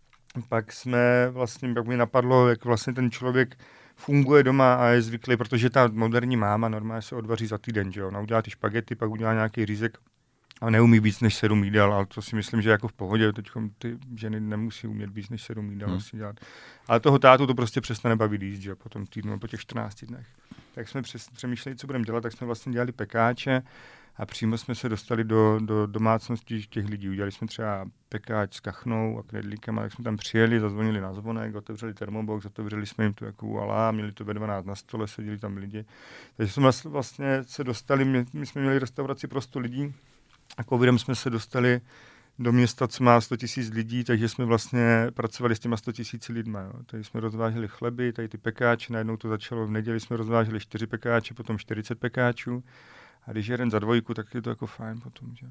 Pak jsme vlastně, pak mi napadlo, jak vlastně ten člověk funguje doma a je zvyklý, protože ta moderní máma normálně se odvaří za týden, že jo. Ona udělá ty špagety, pak udělá nějaký řízek a neumí víc než sedm jídel, ale to si myslím, že jako v pohodě, teď ty ženy nemusí umět víc než sedm jídel hmm. asi dělat. Ale toho tátu to prostě přestane bavit jíst, že jo, po tom týdnu, po těch čtrnácti dnech. Tak jsme přes, přemýšleli, co budeme dělat, tak jsme vlastně dělali pekáče a přímo jsme se dostali do, do domácností těch lidí. Udělali jsme třeba pekáč s kachnou a knedlíkem, a tak jsme tam přijeli, zazvonili na zvonek, otevřeli termobox, otevřeli jsme jim tu jako alá, měli to ve dvanáct na stole, seděli tam lidi. Takže jsme vlastně se dostali, my, my jsme měli restauraci pro sto lidí a covidem jsme se dostali do města, co má sto tisíc lidí, takže jsme vlastně pracovali s těma sto tisíci lidma. Jo. Tady jsme rozváželi chleby, tady ty pekáče, najednou to začalo v neděli, jsme rozváželi čtyři pekáče, potom čtyřicet pekáčů. A když jeden za dvojku, tak je to jako fajn potom. Že?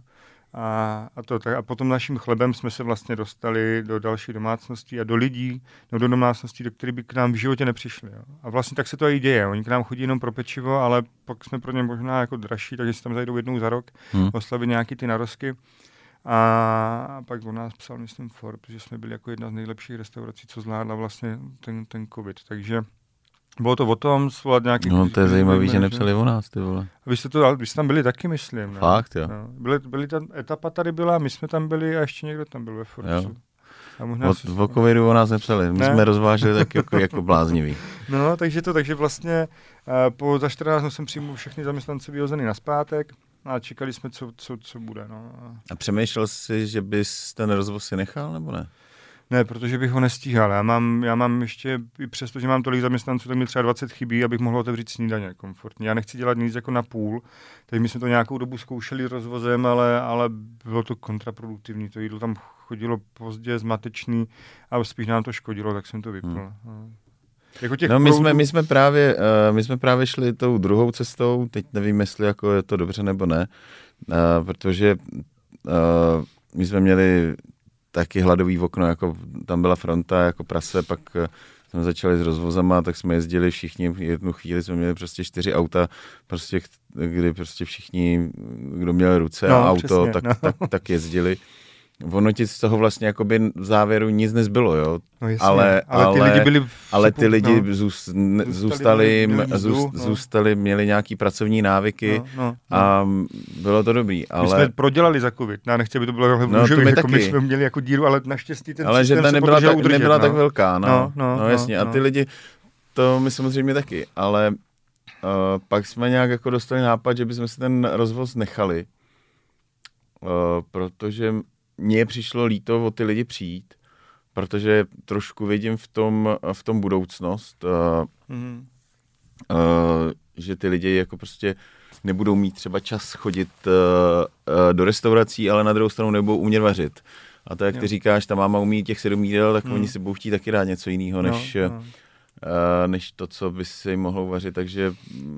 A, a, to, tak, a potom naším chlebem jsme se vlastně dostali do další domácností a do lidí, no do domácností, do kterých by k nám v životě nepřišli. Jo. A vlastně tak se to i děje. Oni k nám chodí jenom pro pečivo, ale pak jsme pro ně možná jako dražší, takže si tam zajdou jednou za rok, hmm. oslavit nějaký ty narozky. A pak o nás psal, myslím, Forbes, že jsme byli jako jedna z nejlepších restaurací, co zvládla vlastně ten, ten covid. Takže bylo to o tom svolat nějaký... No to je zajímavý, že nepsali o nás, ty vole. Vy jste, to, vy jste tam byli taky, myslím. Ne? Fakt, jo. No. Byli, byli tam, etapa tady byla, my jsme tam byli a ještě někdo tam byl ve Forbesu. Od o covidu o nás nepsali, my ne? jsme rozváželi taky jako, jako blázniví. No, takže to, takže vlastně uh, po za čtrnáct dnů jsem přijmul všechny zaměstnance vyhozený nazpátek a čekali jsme, co, co, co bude. No. A přemýšlel jsi, že bys ten rozvoz si nechal, nebo ne? Ne, protože bych ho nestíhal. Já mám, já mám ještě, i přesto, že mám tolik zaměstnanců, tak mi třeba dvacet chybí, abych mohl otevřít snídaně komfortně. Já nechci dělat nic jako na půl, takže my jsme to nějakou dobu zkoušeli rozvozem, ale, ale bylo to kontraproduktivní. To jídlo tam chodilo pozdě, zmatečný a spíš nám to škodilo, tak jsem to vypnul. Hmm. Jako no my jsme, my, jsme právě, uh, my jsme právě šli tou druhou cestou, teď nevím, jestli jako je to dobře nebo ne, uh, protože uh, my jsme měli taky hladový okno, jako tam byla fronta jako prase, pak jsme začali s rozvozama, tak jsme jezdili všichni, jednu chvíli jsme měli prostě čtyři auta, prostě, kdy prostě všichni, kdo měl ruce no, a auto, přesně, tak, no. tak, tak jezdili. Ono ti z toho vlastně jakoby v závěru nic nezbylo, jo. No jasně, ale, ale ty ale, lidi byli ale ty lidi no. zůst, ne, zůstali, měli, měli zůst, no. zůstali, měli nějaký pracovní návyky no, no, no. a bylo to dobrý. Ale... My jsme prodělali za covid, já nechci, aby to bylo takhle v no, růžově, jako my jsme měli jako díru, ale naštěstí ten ale systém že ta nebyla, tak, udržet, nebyla no. tak velká, no, no, no, no jasně. No, a ty no. lidi, to my samozřejmě taky, ale uh, pak jsme nějak jako dostali nápad, že bychom si ten rozvoz nechali, uh, protože mně přišlo líto o ty lidi přijít, protože trošku vidím v tom, v tom budoucnost, uh, mm-hmm. uh, že ty lidi jako prostě nebudou mít třeba čas chodit uh, uh, do restaurací, ale na druhou stranu nebudou umět vařit. A to, jak jo. ty říkáš, ta máma umí těch sedm jídel, tak mm. oni si budou chtít taky dát něco jiného, než, no, no. Uh, než to, co by si jim mohlo vařit. Takže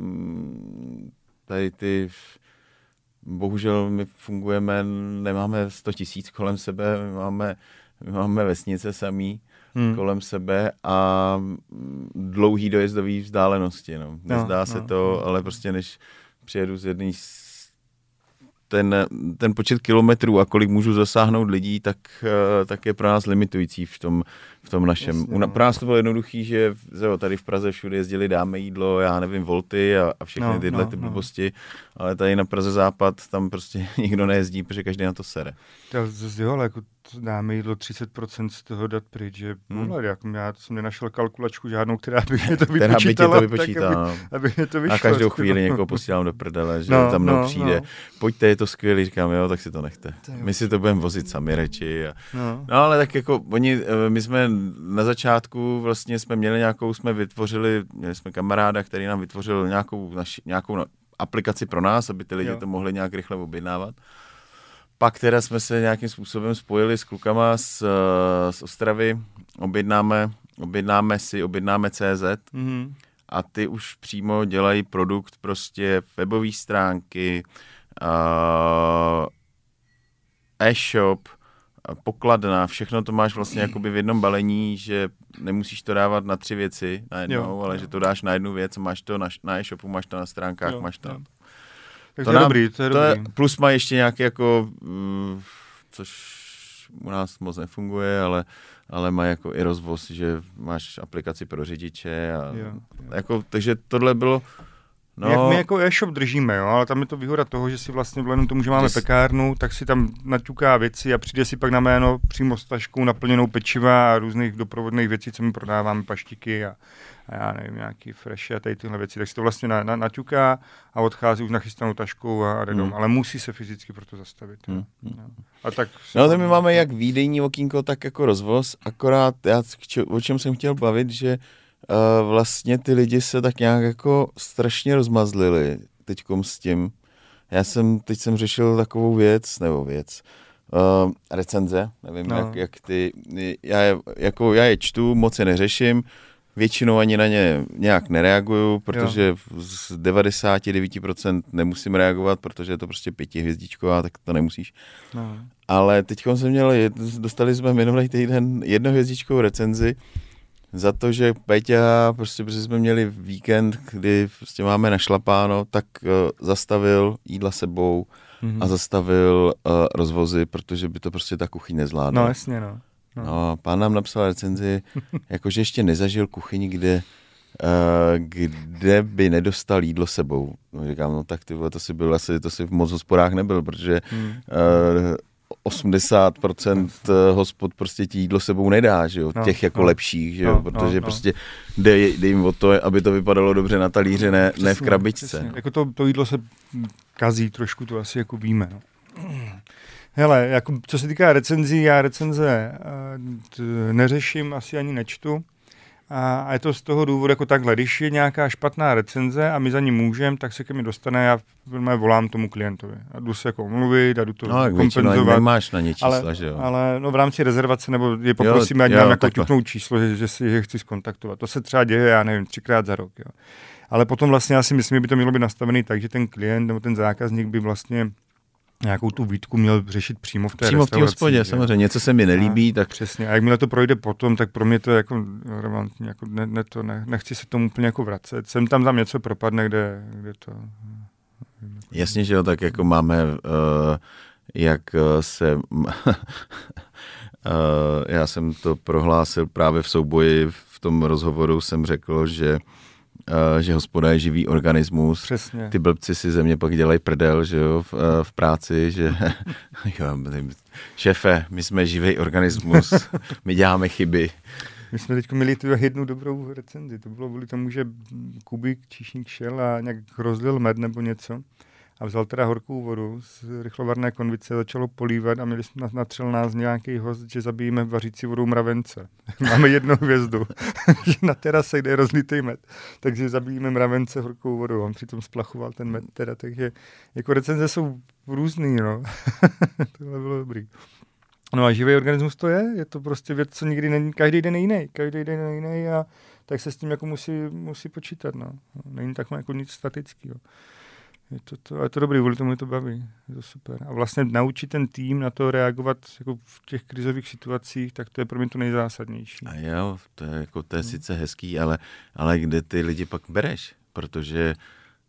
um, tady ty... Bohužel my fungujeme, nemáme sto tisíc kolem sebe, my máme, my máme vesnice samý hmm. kolem sebe a dlouhý dojezdový vzdálenosti. No. Nezdá no, se no, to, no. ale prostě než přijedu z jedné ten, ten počet kilometrů a kolik můžu zasáhnout lidí, tak, tak je pro nás limitující v tom, v tom našem. Jasně, U, pro nás to bylo jednoduchý, že tady v Praze všude jezdili dáme jídlo, já nevím, Volty a, a všechny no, tyhle no, ty no. blbosti, ale tady na Praze Západ tam prostě nikdo nejezdí, protože každý na to sere. To, jo, ale jako to dáme jídlo třicet procent z toho dat pryč, že hmm. Bohle, jako já jsem nenašel kalkulačku žádnou, která by mě to vypočítala, by to vypočítala, tak, aby, aby mě to vyšlo. A každou chvíli někoho posílám do prdele, že no, tam mnou no, přijde, no. pojďte, je to skvělý, říkám, jo, tak si to nechte. My si to budeme vozit sami radši. A... No. no ale tak jako oni, my jsme na začátku vlastně jsme měli nějakou, jsme vytvořili, měli jsme kamaráda, který nám vytvořil nějakou, naši, nějakou aplikaci pro nás, aby ty lidi jo. to mohli nějak rychle objednávat. Pak teda jsme se nějakým způsobem spojili s klukama z, z Ostravy, objednáme, objednáme si, objednáme C Z mm-hmm. a ty už přímo dělají produkt, prostě webové stránky, uh, e-shop, pokladna, všechno to máš vlastně jakoby v jednom balení, že nemusíš to dávat na tři věci najednou, jo, ale jo. že to dáš na jednu věc, máš to na, na e-shopu, máš to na stránkách, jo, máš to. Jo. Tak to, to je nám, dobrý, to je to dobrý. Je, plus má ještě nějaký jako, uh, což u nás moc nefunguje, ale, ale má jako i rozvoz, že máš aplikaci pro řidiče a jo, jo. Jako, takže tohle bylo. No, jak my jako e-shop držíme, jo, ale tam je to výhoda toho, že si vlastně vzhledem tomu, že máme Jsi... pekárnu, tak si tam naťuká věci a přijde si pak na jméno přímo s taškou naplněnou pečiva a různých doprovodných věcí, co my prodáváme, paštiky a, a já nevím, nějaký fresh a tady tyhle věci, tak si to vlastně na, na, naťuká a odchází už nachystanou taškou a, a jde dom, hmm. ale musí se fyzicky pro to zastavit. Hmm. No. A tak no to my máme jak výdejní okýnko, tak jako rozvoz, akorát já, o čem jsem chtěl bavit, že Uh, vlastně ty lidi se tak nějak jako strašně rozmazlili teďkom s tím. Já jsem, teď jsem řešil takovou věc, nebo věc, uh, recenze, nevím, no. jak, jak ty, já je, jako já je čtu, moc je neřeším, většinou ani na ně nějak nereaguju, protože jo. z devadesát devět procent nemusím reagovat, protože je to prostě pětihvězdičková, tak to nemusíš. No. Ale teďkom jsem měl, dostali jsme minulý týden jednohvězdičkovou recenzi, za to, že Péťa, prostě, protože jsme měli víkend, kdy prostě máme našlapáno, tak uh, zastavil jídla sebou mm-hmm. a zastavil uh, rozvozy, protože by to prostě ta kuchyň nezvládla. No jasně, no. No, no pán nám napsal recenzi, jakože ještě nezažil kuchyni, kde, uh, kde by nedostal jídlo sebou. No, říkám, no tak ty vole, to si byl asi, to si v moc hospodách nebyl, protože mm. uh, osmdesát procent hospod prostě ti jídlo sebou nedá, že jo, no, těch jako no, lepších, že jo, no, protože no, prostě jde, jde jim o to, aby to vypadalo dobře na talíři, ne, přesně, ne v krabičce. No. Jako to, to jídlo se kazí trošku, to asi jako víme, no. Hele, jako, co se týká recenzí, já recenze t, neřeším, asi ani nečtu. A je to z toho důvodu jako takhle, když je nějaká špatná recenze a my za ní můžeme, tak se ke mně dostane, já volám tomu klientovi. A jdu se jako omluvit a jdu to no, kompenzovat. No, nemáš na ně čísla, ale, že jo? Ale no, v rámci rezervace, nebo je poprosím, ať nám jako ťuknou číslo, že, že si je chci zkontaktovat. To se třeba děje, já nevím, třikrát za rok. Jo. Ale potom vlastně já si myslím, že by to mělo být nastavený tak, že ten klient nebo ten zákazník by vlastně nějakou tu výtku měl řešit přímo v té přímo restauraci. Přímo v té hospodě, samozřejmě. Něco se mi nelíbí, a, tak... Přesně. A jakmile to projde potom, tak pro mě to je jako relevantní. Jako ne, ne to, ne, nechci se tomu úplně jako vracet. Sem tam tam něco propadne, kde, kde to... Jasně, že jo, tak jako máme, uh, jak se... uh, já jsem to prohlásil právě v souboji, v tom rozhovoru jsem řekl, že Uh, že hospoda je živý organismus. Přesně. Ty blbci si ze mě pak dělají prdel, že jo, v, uh, v práci, že jo, šéfe, my jsme živý organismus, my děláme chyby. My jsme teď měli tu jednu dobrou recenzi, to bylo kvůli tomu, že Kubík číšník šel a nějak rozlil med nebo něco a vzal teda horkou vodu z rychlovarné konvice, začalo polívat a měli jsme natřel nás nějaký host, že zabijeme vařící vodou mravence. Máme jednu hvězdu, že na terase, kde je rozlitý med, takže zabijeme mravence horkou vodou. On přitom splachoval ten med teda, takže jako recenze jsou různý, no. Tohle bylo dobrý. No a živý organismus to je, je to prostě věc, co nikdy není, každý den je jiný, každý den je jiný a tak se s tím jako musí, musí počítat, no. Není tak jako nic statického. Je to, to, je to dobrý, kvůli tomu je to baví, je to super. A vlastně naučit ten tým na to reagovat jako v těch krizových situacích, tak to je pro mě to nejzásadnější. A jo, to je, jako, to je hmm. sice hezký, ale, ale kde ty lidi pak bereš? Protože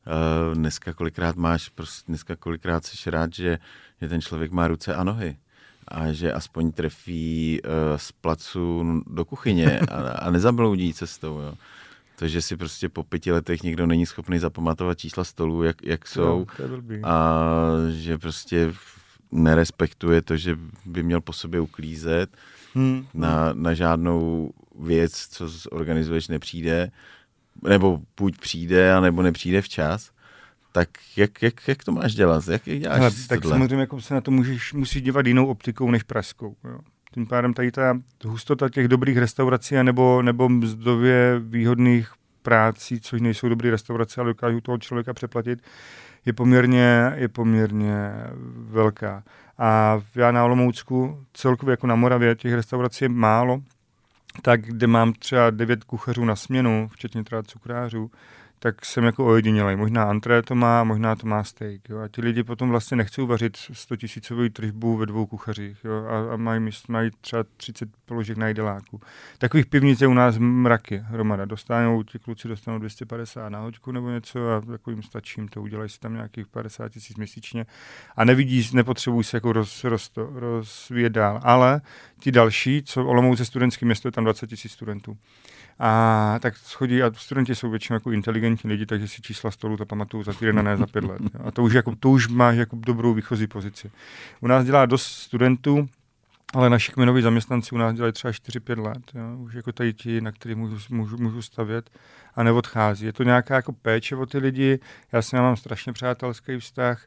Uh, dneska kolikrát máš, prostě dneska kolikrát jsi rád, že, že ten člověk má ruce a nohy a že aspoň trefí uh, z placu do kuchyně a, a nezabloudí cestou, jo. To, že si prostě po pěti letech někdo není schopný zapamatovat čísla stolů, jak, jak jsou, no, a že prostě nerespektuje to, že by měl po sobě uklízet, hmm. na, na žádnou věc, co organizuješ, nepřijde, nebo buď přijde, anebo nepřijde včas, tak jak, jak, jak to máš dělat? Jak, jak děláš Hele, tak tohle? Samozřejmě jako se na to můžeš, musíš dívat jinou optikou než pražskou. Jo. Tím pádem tady ta hustota těch dobrých restaurací nebo, nebo mzdově výhodných prácí, což nejsou dobré restaurace, ale dokážou toho člověka přeplatit, je poměrně, je poměrně velká. A já na Olomoucku, celkově jako na Moravě, těch restaurací je málo, tak kde mám třeba devět kuchařů na směnu, včetně třeba cukrářů, tak jsem jako ojedinělej. Možná antré to má, možná to má steak. Jo. A ti lidi potom vlastně nechcou vařit stotisícovou tržbu ve dvou kuchařích, jo. A, a mají, mají třeba třicet položek na jídeláku. Takových pivnic je u nás mraky hromada. Dostanou, ti kluci dostanou dvě stě padesát na hoďku nebo něco a jako jim stačí jim to. Udělají si tam nějakých padesát tisíc měsíčně a nevidí, nepotřebují se jako roz, roz, rozvíjet dál. Ale ti další, co Olomouc je studentský město, je tam dvacet tisíc studentů. A tak chodí, a studenti jsou většinou jako inteligentní lidi, takže si čísla stolu to pamatují za týden a ne za pět let. Jo. A to už, jako, to už máš jako dobrou výchozí pozici. U nás dělá dost studentů, ale naši kmenoví zaměstnanci u nás dělají třeba čtyři pět let. Jo. Už jako tady ti, na který můžu, můžu, můžu stavět a neodchází. Je to nějaká jako péče o ty lidi. Já s nimi mám strašně přátelský vztah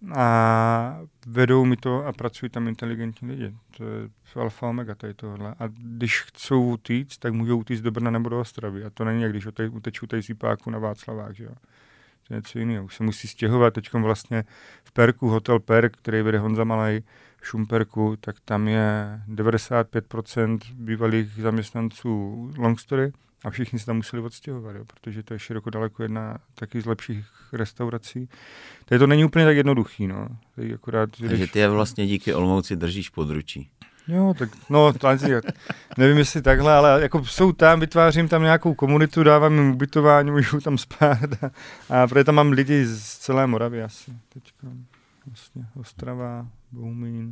a vedou mi to a pracují tam inteligentní lidi. To je alfa omega tady tohle. A když chcou utíct, tak můžou utíct do Brna nebo do Ostravy. A to není, jak když utečou tady z Jípáku na Václavák, že jo. To je něco jiného. Už se musí stěhovat. Teď vlastně v Perku, hotel Perk, který vede Honza Malej v Šumperku, tak tam je devadesát pět procent bývalých zaměstnanců Longstory a všichni se tam museli odstěhovat, jo, protože to je široko daleko jedna taky z lepších restaurací. Tady to není úplně tak jednoduchý, no. Tady akorát, Takže když... ty je vlastně díky Olomouci držíš područí. Jo, tak no, nevím, jestli takhle, ale jako jsou tam, vytvářím tam nějakou komunitu, dávám jim ubytování, můžu tam spát a, a protože tam mám lidi z celé Moravy asi. Teďka vlastně Ostrava, Bohumín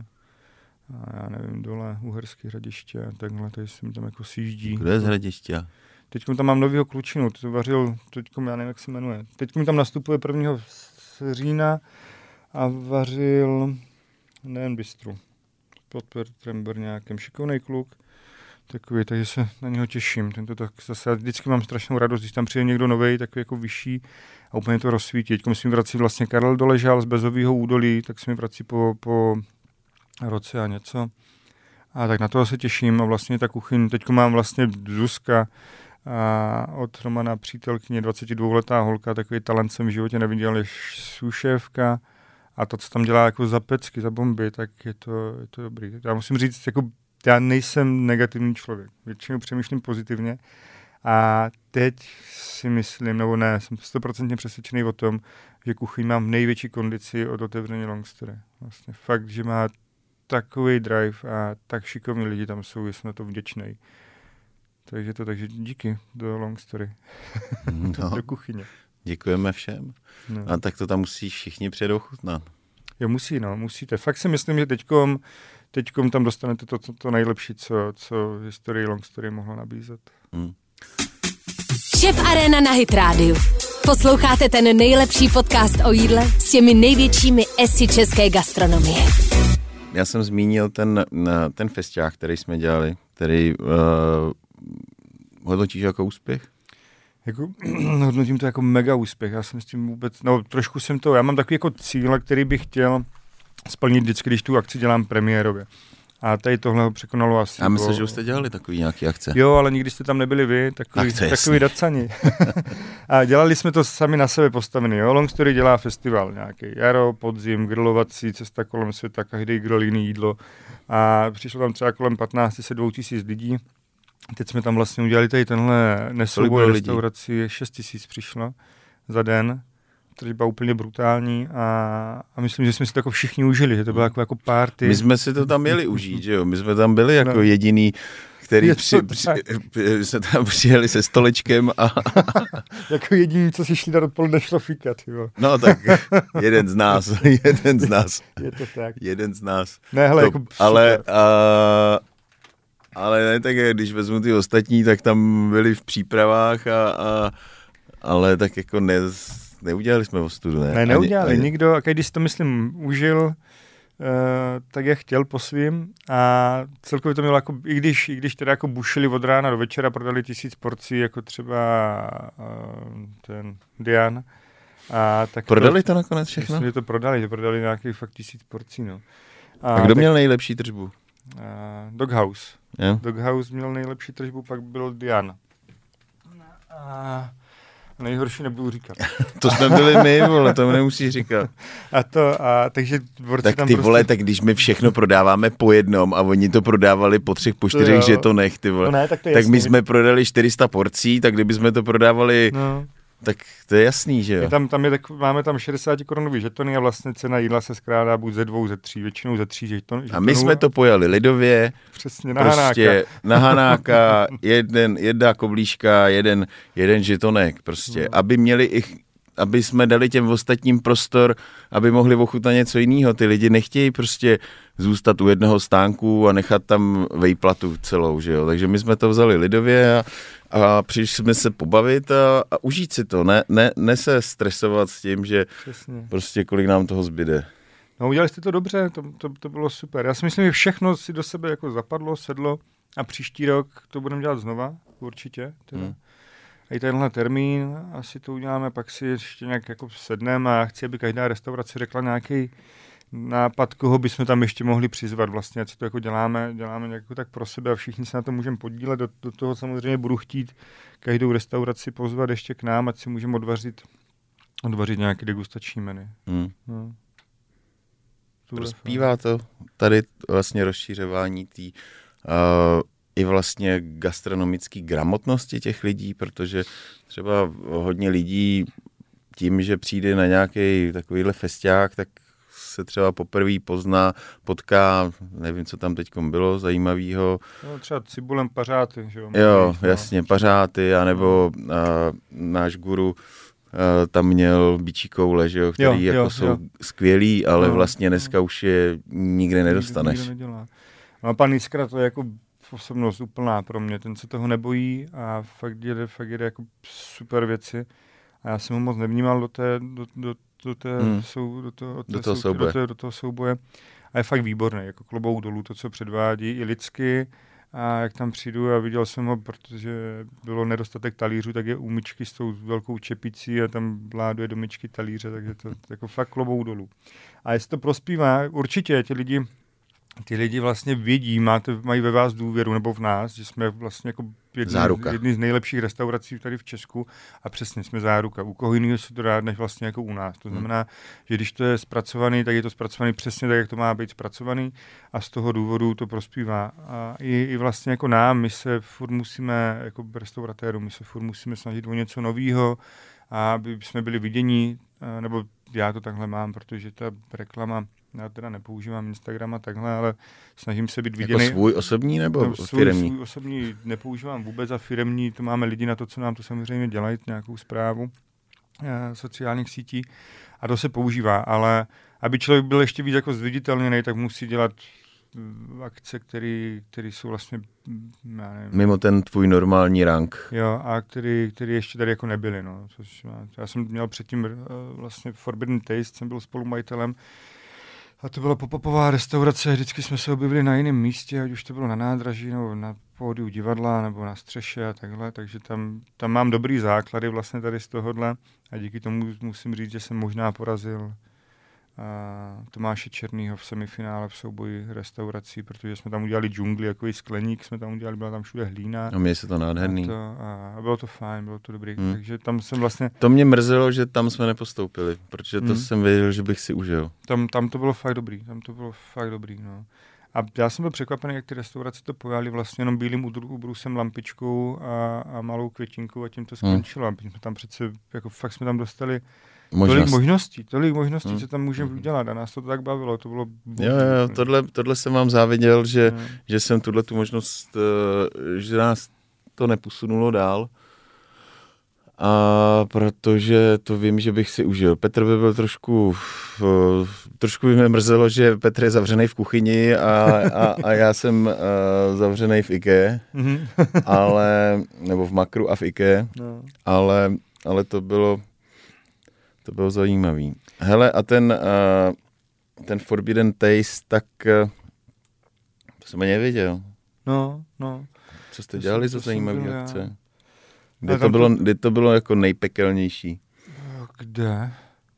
a já nevím, dole Uherské Hradiště a takhle, tady jsem tam jako sjíždí. Kde je z Hradiště? Teď tam mám novýho klučinu, to vařil, teďkom, já nevím, jak se jmenuje. Teď mi tam nastupuje prvního října a vařil, nevím, bistru. Pod Petrem Brňákem, šikovnej kluk, takový, takže se na něho těším. Tento tak zase, vždycky mám strašnou radost, když tam přijde někdo novej, takový jako vyšší a úplně to rozsvítí. Teďko mi vrací vlastně Karel Doležal z Bezovýho údolí, tak se mi vrací po, po roce a něco. A tak na toho se těším a vlastně ta kuchyň, teďko mám vlastně Zuzka a od Romana přítelkyně, dvacetidvouletá holka, takový talent jsem v životě neviděl, je sušéfka. A to, co tam dělá jako za pecky, za bomby, tak je to, je to dobrý. Já musím říct, jako já nejsem negativní člověk. Většinou přemýšlím pozitivně. A teď si myslím, nebo ne, jsem stoprocentně přesvědčený o tom, že kuchyň mám v největší kondici od otevření Longstory. Vlastně fakt, že má takový drive a tak šikovní lidi tam jsou, jsem na to vděčný. Takže to, takže díky do Longstory. No. Do kuchyně. Děkujeme všem. No. A tak to tam musí všichni přijet ochutnat. Jo, musí, no, musíte. Fakt si myslím, že teďkom, teďkom tam dostanete to, to, to nejlepší, co, co historii Longstory mohla nabízet. Hmm. Šéf Arena na Hit Radio. Posloucháte ten nejlepší podcast o jídle s těmi největšími esy české gastronomie. Já jsem zmínil ten, ten festiák, který jsme dělali, který uh, hodnotíš jako úspěch? Jako, hodnotím to jako mega úspěch. Já jsem s tím vůbec, no trošku jsem to, já mám takový jako cíl, který bych chtěl splnit vždycky, když tu akci dělám premiérově. A tady tohle ho překonalo asi. Já myslím, bo... že už jste dělali takový nějaký akce. Jo, ale nikdy jste tam nebyli vy, takový, takový dacani. A dělali jsme to sami na sebe postavený. Jo? Longstory dělá festival nějaký. Jaro, podzim, grilovací, cesta kolem světa, každý grill jiný jídlo. A přišlo tam třeba kolem patnáct set dvou tisíc lidí. Teď jsme tam vlastně udělali tady tenhle nesouboj restauraci, šest tisíc přišlo za den, což byla úplně brutální a, a myslím, že jsme si to jako všichni užili, že to bylo jako, jako party. My jsme si to tam měli užít, že jo, my jsme tam byli jako no. jediný, který při, při, při, se tam přijeli se stolečkem a... jako jediný, co si šli dát odpoledne, šlo fíkat, jo. No tak jeden z nás, jeden z nás. Je to tak. Jeden z nás. Ne, hele, to, jako ale, a, ale ne, tak když vezmu ty ostatní, tak tam byli v přípravách, a, a, ale tak jako ne, neudělali jsme ostudu, ne? Ne, neudělali ani, nikdo, a když si to, myslím, užil, Uh, tak jak chtěl po svým, a celkově to mělo jako, i když, i když teda jako bušili od rána do večera, prodali tisíc porcí, jako třeba uh, ten Dian. A tak prodali to, to nakonec všechno? Myslím, že to prodali, že prodali nějakých fakt tisíc porcí, no. A, a kdo tak, měl nejlepší tržbu? Uh, Doghouse. Yeah. Doghouse měl nejlepší tržbu, pak byl Dian. A nejhorší nebudu říkat. To jsme byli my, vole, to nemusíš říkat. A to, a takže tak tam ty prostě... vole, tak když my všechno prodáváme po jednom a oni to prodávali po třech, po čtyřech žetonech, ty vole. No ne, tak, to tak my jsme prodali čtyři sta porcí, tak kdyby jsme to prodávali, no. Tak to je jasný, že jo. Je tam, tam je tak, máme tam šedesát korunový žetony a vlastně cena jídla se skrádá buď ze dvou, ze tří, většinou ze tří žeton, žetonů. A my jsme to pojali lidově. Přesně, na prostě Hanáka. Na Hanáka, jeden, jedna koblížka, jeden, jeden žetonek prostě, no. Aby měli ich, aby jsme dali těm ostatním prostor, aby mohli ochutnat něco jiného. Ty lidi nechtějí prostě zůstat u jednoho stánku a nechat tam vejplatu celou, že jo. Takže my jsme to vzali lidově a, a přišli jsme se pobavit a, a užít si to. Ne, ne, ne se stresovat s tím, že přesně. Prostě kolik nám toho zbyde. No udělali jste to dobře, to, to, to bylo super. Já si myslím, že všechno si do sebe jako zapadlo, sedlo a příští rok to budeme dělat znova, určitě. Teda. Hmm. A i tenhle termín, asi to uděláme, pak si ještě nějak jako sedneme a chci, aby každá restaurace řekla nějaký nápad, koho bychom tam ještě mohli přizvat vlastně, co to jako děláme, děláme jako tak pro sebe a všichni se na to můžeme podílet, do, do toho samozřejmě budu chtít každou restauraci pozvat ještě k nám, ať si můžeme odvařit, odvařit nějaký degustační menu. Hmm. No. Prospívá to tady vlastně rozšířování té uh, i vlastně gastronomické gramotnosti těch lidí, protože třeba hodně lidí tím, že přijde na nějaký takovýhle festiák, tak se třeba poprvé pozná, potká, nevím, co tam teď bylo zajímavého. No, třeba cibulem pařáty, že jo? Jo, no. Jasně, pařáty, anebo uh, náš guru uh, tam měl bičí koule, že jo, který jo, jako jo, jsou jo. skvělý, ale no, vlastně dneska no. už je nikde nedostaneš. Nikdo nedělá. No a pan Jiskra, to je jako osobnost úplná pro mě, ten se toho nebojí a fakt jede, fakt jede jako super věci. A já jsem ho moc nevnímal do té, do, do, do té hmm. sou, do, to, do, toho sou, souboje. Do, té, do toho souboje. A je fakt výborný, jako klobouk dolů, to, co předvádí, i lidsky. A jak tam přijdu a viděl jsem ho, protože bylo nedostatek talířů, tak je u myčky s tou velkou čepicí a tam vláduje do myčky talíře, takže to jako fakt klobouk dolů. A jestli to prospívá, určitě ti lidi Ty lidi vlastně vědí, máte, mají ve vás důvěru, nebo v nás, že jsme vlastně jako jedni, jedni z nejlepších restaurací tady v Česku a přesně jsme záruka. U koho jiného se to dá než vlastně jako u nás. To znamená, hmm. že když to je zpracovaný, tak je to zpracovaný přesně tak, jak to má být zpracovaný a z toho důvodu to prospívá. A i, i vlastně jako nám, my se furt musíme, jako restauratérům, my se furt musíme snažit o něco nového, a aby jsme byli vidění, nebo já to takhle mám, protože ta reklama, já teda nepoužívám Instagram a takhle, ale snažím se být viděný. Jako svůj osobní nebo no, svůj, firemní? Svůj osobní nepoužívám vůbec a firemní, to máme lidi na to, co nám to samozřejmě dělají, nějakou zprávu e, sociálních sítí a to se používá, ale aby člověk byl ještě víc jako zviditelněný, tak musí dělat akce, který, který jsou vlastně já nevím, mimo ten tvůj normální rank. Jo, a který, který ještě tady jako nebyly. No. Což, já jsem měl předtím uh, vlastně Forbidden Taste, jsem byl spolumajitelem a to byla pop-upová restaurace, vždycky jsme se objevili na jiném místě, ať už to bylo na nádraží, nebo na pódiu divadla, nebo na střeše a takhle, takže tam, tam mám dobrý základy vlastně tady z tohohle a díky tomu musím říct, že jsem možná porazil a Tomáše Černýho v semifinále v souboji restaurací, protože jsme tam udělali džungli, jako i skleník jsme tam udělali, byla tam všude hlína. A mě se to nádherný. A, to, a bylo to fajn, bylo to dobrý, hmm. takže tam jsem vlastně... To mě mrzelo, že tam jsme nepostoupili, protože to hmm. jsem věděl, že bych si užil. Tam, tam to bylo fakt dobrý, tam to bylo fakt dobrý, no. A já jsem byl překvapený, jak ty restaurace to pojali vlastně jenom bílým ubrusem, lampičkou a, a malou květinkou a tím to skončilo. Hmm. My jsme tam přece, jako fakt jsme tam dostali Možnost. Tolik možností, tolik možností, hmm. co tam můžeme hmm. udělat a nás to tak bavilo, to bylo... Jo, jo, tohle, tohle jsem vám záviděl, že, hmm. že jsem tuhle tu možnost, že nás to neposunulo dál. A protože to vím, že bych si užil. Petr by byl trošku, trošku by mě mrzelo, že Petr je zavřený v kuchyni a, a, a já jsem uh, zavřený v IKEA, mm-hmm. ale, nebo v Makru a v IKEA, no. ale, ale to bylo, to bylo zajímavý. Hele, a ten, uh, ten Forbidden Taste, tak uh, to jsem ani nevěděl. No, no. Co jste to dělali za zajímavý akce? Kde to, bylo, kde to bylo jako nejpekelnější? Kde?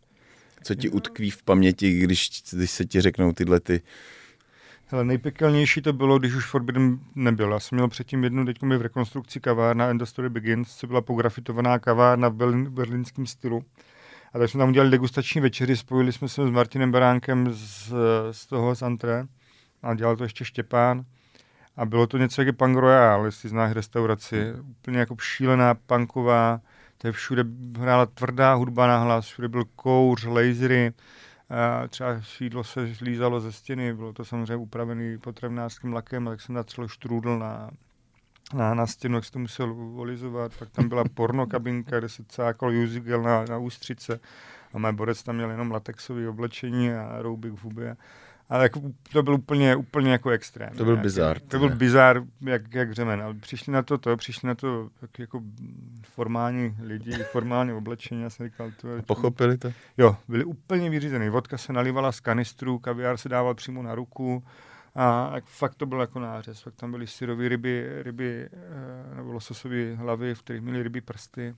Co ti utkví v paměti, když, když se ti řeknou tyhle ty... Hele, nejpekelnější to bylo, když už Forbidden nebyl. Já jsem měl předtím jednu teď v rekonstrukci kavárna And the Story Begins, co byla pografitovaná kavárna v berlin, berlínském stylu. A tak jsme tam udělali degustační večeři, spojili jsme se s Martinem Beránkem z, z toho z Antré a dělal to ještě Štěpán. A bylo to něco jako Punk Royale, jestli znáš restauraci. Úplně jako šílená punková, tady všude hrála tvrdá hudba na hlas, všude byl kouř, lasery, a třeba šídlo se lízalo ze stěny, bylo to samozřejmě upravený potravnářským lakem, a tak jsem natřel štrůdl na, na, na stěnu, jak se to musel olizovat. Pak tam byla pornokabinka, kde se cákal Jusigel na, na ústřice a můj borec tam měl jenom latexové oblečení a roubik v hubě. Ale jako, to byl úplně, úplně jako extrém. To byl bizár. To byl bizár, jak, jak řemen. Ale přišli na to, to, přišli na to jak, jako formální lidi, formální oblečení. Já jsem říkal, to je... Pochopili to? Jo, byli úplně vyřízený. Vodka se nalivala z kanistru, kaviár se dával přímo na ruku a fakt to byl jako nářez. Fakt tam byly syrové ryby, ryby nebo lososové hlavy, v kterých měly ryby prsty.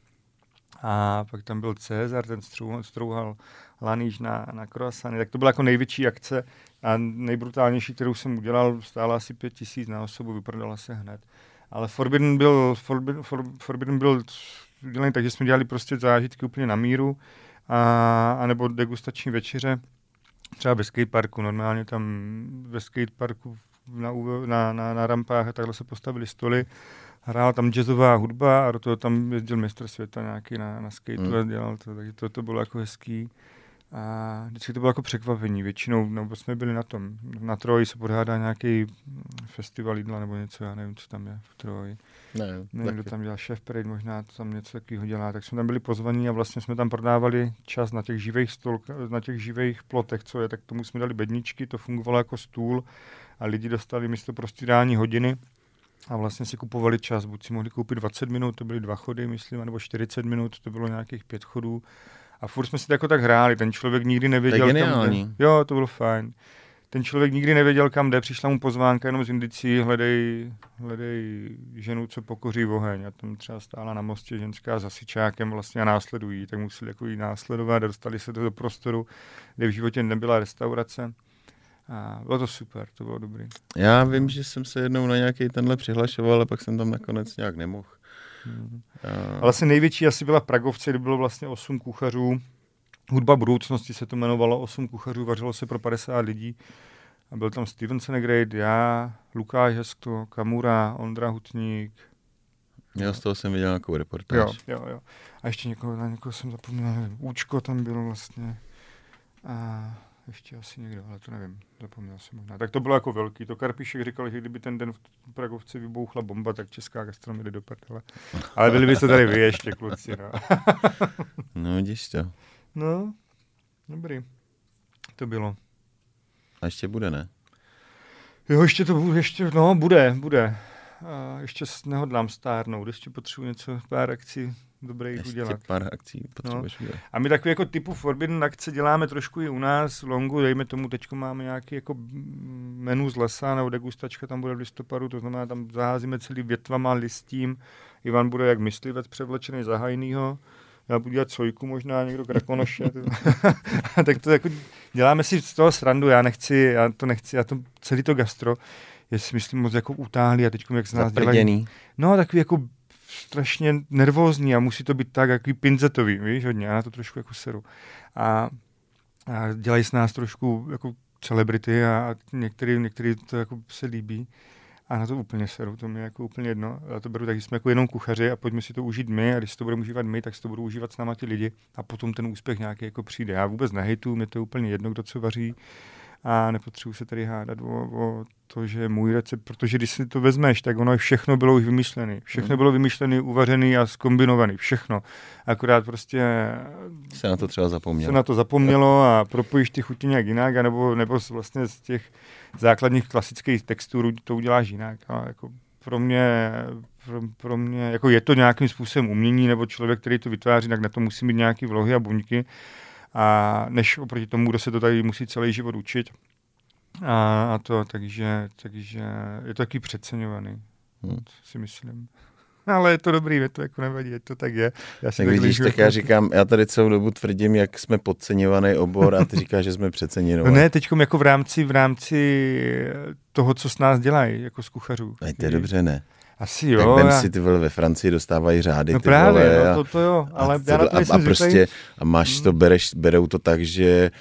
A pak tam byl Cezar, ten strouhal, strouhal laníž na, na croissany. Tak to byla jako největší akce a nejbrutálnější, kterou jsem udělal, stála asi pět tisíc na osobu, vyprodala se hned. Ale Forbidden byl, Forbidden, For, Forbidden byl udělaný tak, že jsme dělali prostě zážitky úplně na míru, a, a nebo degustační večeře, třeba ve skateparku. Normálně tam ve skateparku na, na, na, na rampách a takhle se postavili stoly. Hrála tam jazzová hudba a do toho tam jezdil mistr světa nějaký na, na skateu mm. a dělal to, takže to, to bylo jako hezký. A vždycky to bylo jako překvapení, většinou, nebo jsme byli na tom, na Troji se podhádá nějaký festival jídla nebo něco, já nevím, co tam je v Troji. Ne, nevím, kdo tam dělá Chef Parade, možná to tam něco takového dělá, tak jsme tam byli pozvaní a vlastně jsme tam prodávali čas na těch živých stolkách, na těch živých plotech, co je, tak tomu jsme dali bedničky, to fungovalo jako stůl a lidi dostali místo prostírání hodiny. A vlastně si kupovali čas, buď si mohli koupit dvacet minut, to byly dva chody, myslím, nebo čtyřicet minut, to bylo nějakých pět chodů. A furt jsme si to jako tak hráli, ten člověk nikdy nevěděl, kam jde. Jo, to bylo fajn. Ten člověk nikdy nevěděl, kam jde, přišla mu pozvánka jenom z indicí, hledej, hledej ženu, co pokoří oheň. A tam třeba stála na mostě ženská s hasičákem vlastně a následují, tak museli jako jí následovat a dostali se do prostoru, kde v životě nebyla restaurace. A bylo to super, to bylo dobrý. Já vím, že jsem se jednou na nějaký tenhle přihlašoval, ale pak jsem tam nakonec nějak nemohl. Hmm. A... A vlastně největší asi byla Pragovce, kde bylo vlastně osm kuchařů. Hudba budoucnosti se to jmenovalo, osm kuchařů, vařilo se pro padesát lidí. A byl tam Steven Senegrade, já, Lukáš Hesko, Kamura, Ondra Hutník. Já z toho jsem viděl nějakou reportáž. Jo, jo, jo. A ještě někoho, na někoho jsem zapomněl, nevím, Účko tam bylo vlastně. A... ještě asi někdo, ale to nevím, zapomněl jsem možná. Tak to bylo jako velký. To Karpíšek říkal, že kdyby ten den v Pragovce vybouchla bomba, tak česká gastronomie jde do prdele. Ale byli byste tady vy ještě, kluci, no. No, vidíš to. No, dobrý. To bylo. A ještě bude, ne? Jo, ještě to bude, ještě, no, bude, bude. A ještě nehodlám stárnout, ještě potřebuji něco, pár akcí dobrých ještě udělat. Ještě pár akcí potřebuješ no. udělat. A my takový jako typu Forbidden akce děláme trošku i u nás v Longu, dejme tomu, teďko máme nějaký jako menu z lesa, nebo degustačka tam bude v listopadu, to znamená, tam zaházíme celý větvama, listím, Ivan bude jak myslivec převlečený za hajnýho, já budu dělat sojku možná, někdo krakonoše. Tak to jako děláme si z toho srandu, já nechci, já to nechci, já to celý to gastro, je si myslím moc jako utáhlý a teďko jak se nás dělají. No, takový jako strašně nervózní a musí to být tak, jaký pinzetový, víš, hodně, já na to trošku jako seru. A, a dělají s nás trošku jako celebrity a některý, některý to jako se líbí. A na to úplně seru, to mi je jako úplně jedno. Já to beru tak, že jsme jako jenom kuchaři a pojďme si to užít my a když si to budeme užívat my, tak si to budou užívat s náma ti lidi a potom ten úspěch nějaký jako přijde. Já vůbec nehejtu, mě to je úplně jedno, kdo co vaří a nepotřebuji se tady hádat o, o to, že je můj recept, protože když si to vezmeš, tak ono všechno bylo už vymyšlené. Všechno bylo vymyšlené, uvařené a zkombinované. Všechno. Akorát prostě se na to třeba zapomnělo. Se na to zapomnělo a propojíš ty chutě nějak jinak, anebo, nebo vlastně z těch základních klasických textur to uděláš jinak. A jako pro mě, pro, pro mě jako je to nějakým způsobem umění, nebo člověk, který to vytváří, tak na to musí mít nějaké vlohy a buňky. A než oproti tomu, kdo se to tady musí celý život učit. A, a to, takže, takže je to taky přeceňovaný, hmm. si myslím. Ale je to dobrý, je to jako nevadí, je to tak je. Já si tak tak vidíš, tak já říkám, já tady celou dobu tvrdím, jak jsme podceňovaný obor a ty říkáš, že jsme přeceňovaný. No ne, teďkom jako v rámci, v rámci toho, co s nás dělají, jako z kuchařů. A to je dobře, ne? Asi jo. Tak vem já... si, ty vole, ve Francii dostávají řády, no ty právě, vole. No, to, to jo, ale a, já na to a, a prostě, a máš hmm. to, bereš, berou to tak, že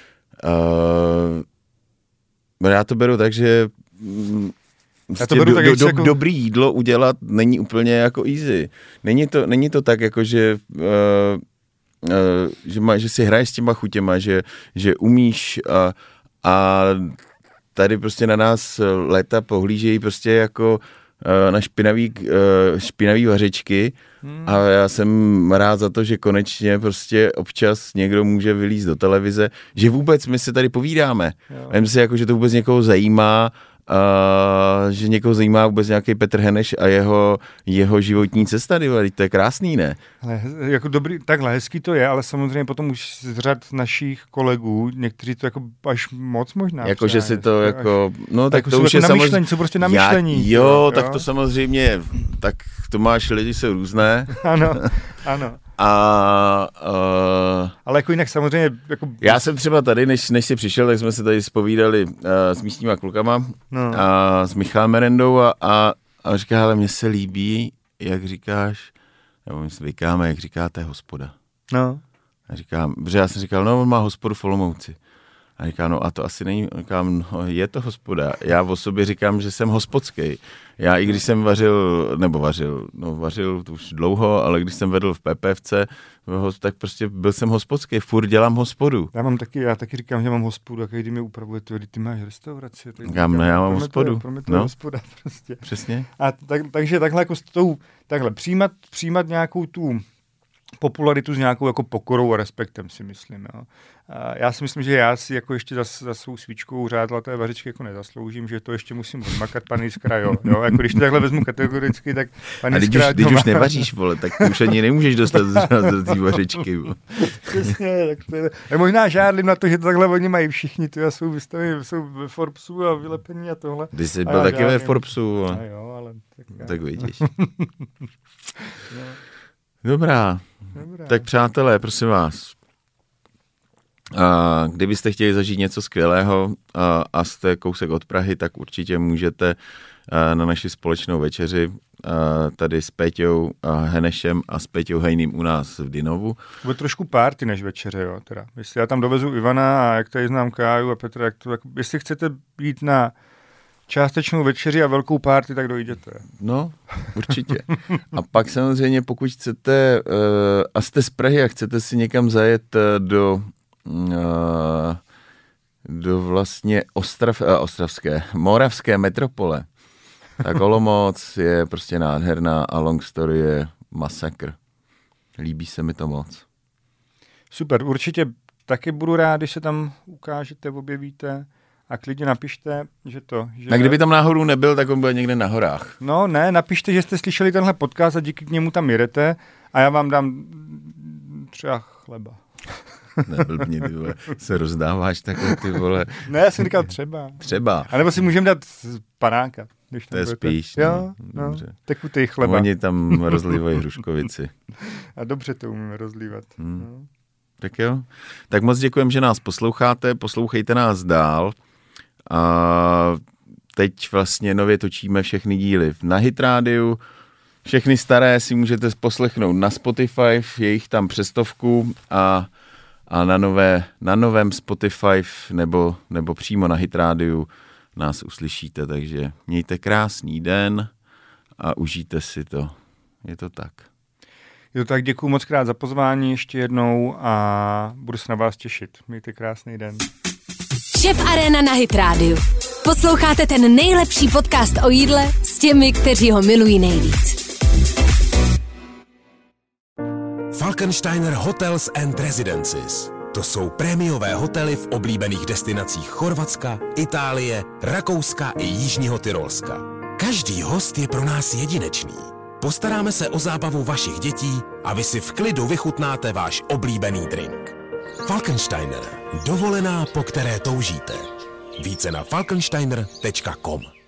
uh, já to beru tak, že mm, já to beru do, tak, do, do, jako... dobrý jídlo udělat není úplně jako easy. Není to, není to tak, jako že uh, uh, že, má, že si hraješ s těma chutěma, že, že umíš a, a tady prostě na nás léta pohlížejí prostě jako na špinavý, špinavý vařičky hmm. a já jsem rád za to, že konečně prostě občas někdo může vylízt do televize, že vůbec my se tady povídáme. Vem si jako, že to vůbec někoho zajímá, a že někoho zajímá vůbec nějaký Petr Heneš a jeho, jeho životní cesta, to je krásný, ne? Ale jako dobrý, takhle hezký to je, ale samozřejmě potom už z řad našich kolegů, někteří to jako až moc možná. Jako, že si to až, jako, no tak jako to už jako je samozřejmě. Jsou prostě na myšlení. Jo, jo, tak to samozřejmě, tak to máš, lidi jsou různé. Ano, ano. A, uh, ale jako jinak samozřejmě... Jako... Já jsem třeba tady, než, než jsi přišel, tak jsme se tady zpovídali uh, s místníma klukama no. a s Michalem Merendou a, a, a říká, ale mně se líbí, jak říkáš, nebo my zvykáme, jak říkáte hospoda. No. A říkám, protože já jsem říkal, no on má hospodu v Olomouci. A říká, no a to asi není, říkám, no je to hospoda. Já o sobě říkám, že jsem hospodský. Já i když jsem vařil, nebo vařil, no vařil to už dlouho, ale když jsem vedl v P P F C, tak prostě byl jsem hospodský, furt dělám hospodu. Já mám taky, já taky říkám, že mám hospodu, a když mi upravuje, ty, ty máš restauraci. Říkám, no já mám hospodu. Pro mě to je no. hospoda prostě. Přesně. A tak, takže takhle jako s tou, takhle přijímat, přijímat nějakou tu popularitu s nějakou jako pokorou a respektem, si myslím. Jo. A já si myslím, že já si jako ještě za, za svou svíčkou řádlaté vařičky jako nezasloužím, že to ještě musím odmakat, pan Jiskra, jo. jo. Jako když to takhle vezmu kategoricky, tak pan Jiskra... A když už, už nevaříš, vole, tak už ani nemůžeš dostat do té vařičky. Přesně, tak to je... A možná žádlím na to, že to takhle oni mají všichni, ty a jsou vystavení, jsou ve Forbesu a vylepení a tohle. Ty jsi byl taky ve Forbesu. A jo, ale... Tak, já... tak vidíš. Dobrá. Dobrá. Tak přátelé, prosím vás, a kdybyste chtěli zažít něco skvělého a, a jste kousek od Prahy, tak určitě můžete na naši společnou večeři tady s Péťou Henešem a s Péťou Hejným u nás v Dinovu. Bude trošku party než večeře, jo, teda. Jestli já tam dovezu Ivana a jak tady znám Káju a Petra, jak to, jak, jestli chcete jít na částečnou večeři a velkou party, tak dojděte. No, určitě. A pak samozřejmě, pokud chcete, uh, a jste z Prahy a chcete si někam zajet uh, do, uh, do vlastně Ostrav, uh, ostravské, moravské metropole, tak Olomouc je prostě nádherná a Long Story je masakr. Líbí se mi to moc. Super, určitě taky budu rád, když se tam ukážete, objevíte. A klidně napište, že to... Že... A kdyby tam náhodou nebyl, tak on bude někde na horách. No ne, napište, že jste slyšeli tenhle podcast a díky k němu tam jedete a já vám dám třeba chleba. Neblbni, ty vole, se rozdáváš takhle, ty vole. Ne, já jsem říkal třeba. Třeba. A nebo si můžeme dát panáka. Když to je budete. spíš. Jo, no, dobře. Tekutej chleba. Oni tam rozlívají hruškovici. A dobře to umíme rozlívat. Hmm. No. Tak jo. Tak moc děkujem, že nás posloucháte, poslouchejte nás dál. A teď vlastně nově točíme všechny díly na Hit Rádiu. Všechny staré si můžete poslechnout na Spotify, je jich tam přes stovku a, a na, nové, na novém Spotify nebo, nebo přímo na Hit Rádiu nás uslyšíte, takže mějte krásný den a užijte si to. Je to tak. Je to tak, děkuji moc krát za pozvání ještě jednou a budu se na vás těšit. Mějte krásný den. Šéf Aréna na Hit Radio. Posloucháte ten nejlepší podcast o jídle s těmi, kteří ho milují nejvíc. Falkensteiner Hotels and Residences. To jsou prémiové hotely v oblíbených destinacích Chorvatska, Itálie, Rakouska i Jižního Tyrolska. Každý host je pro nás jedinečný. Postaráme se o zábavu vašich dětí a vy si v klidu vychutnáte váš oblíbený drink. Falkensteiner. Dovolená, po které toužíte. Více na falkensteiner tečka com.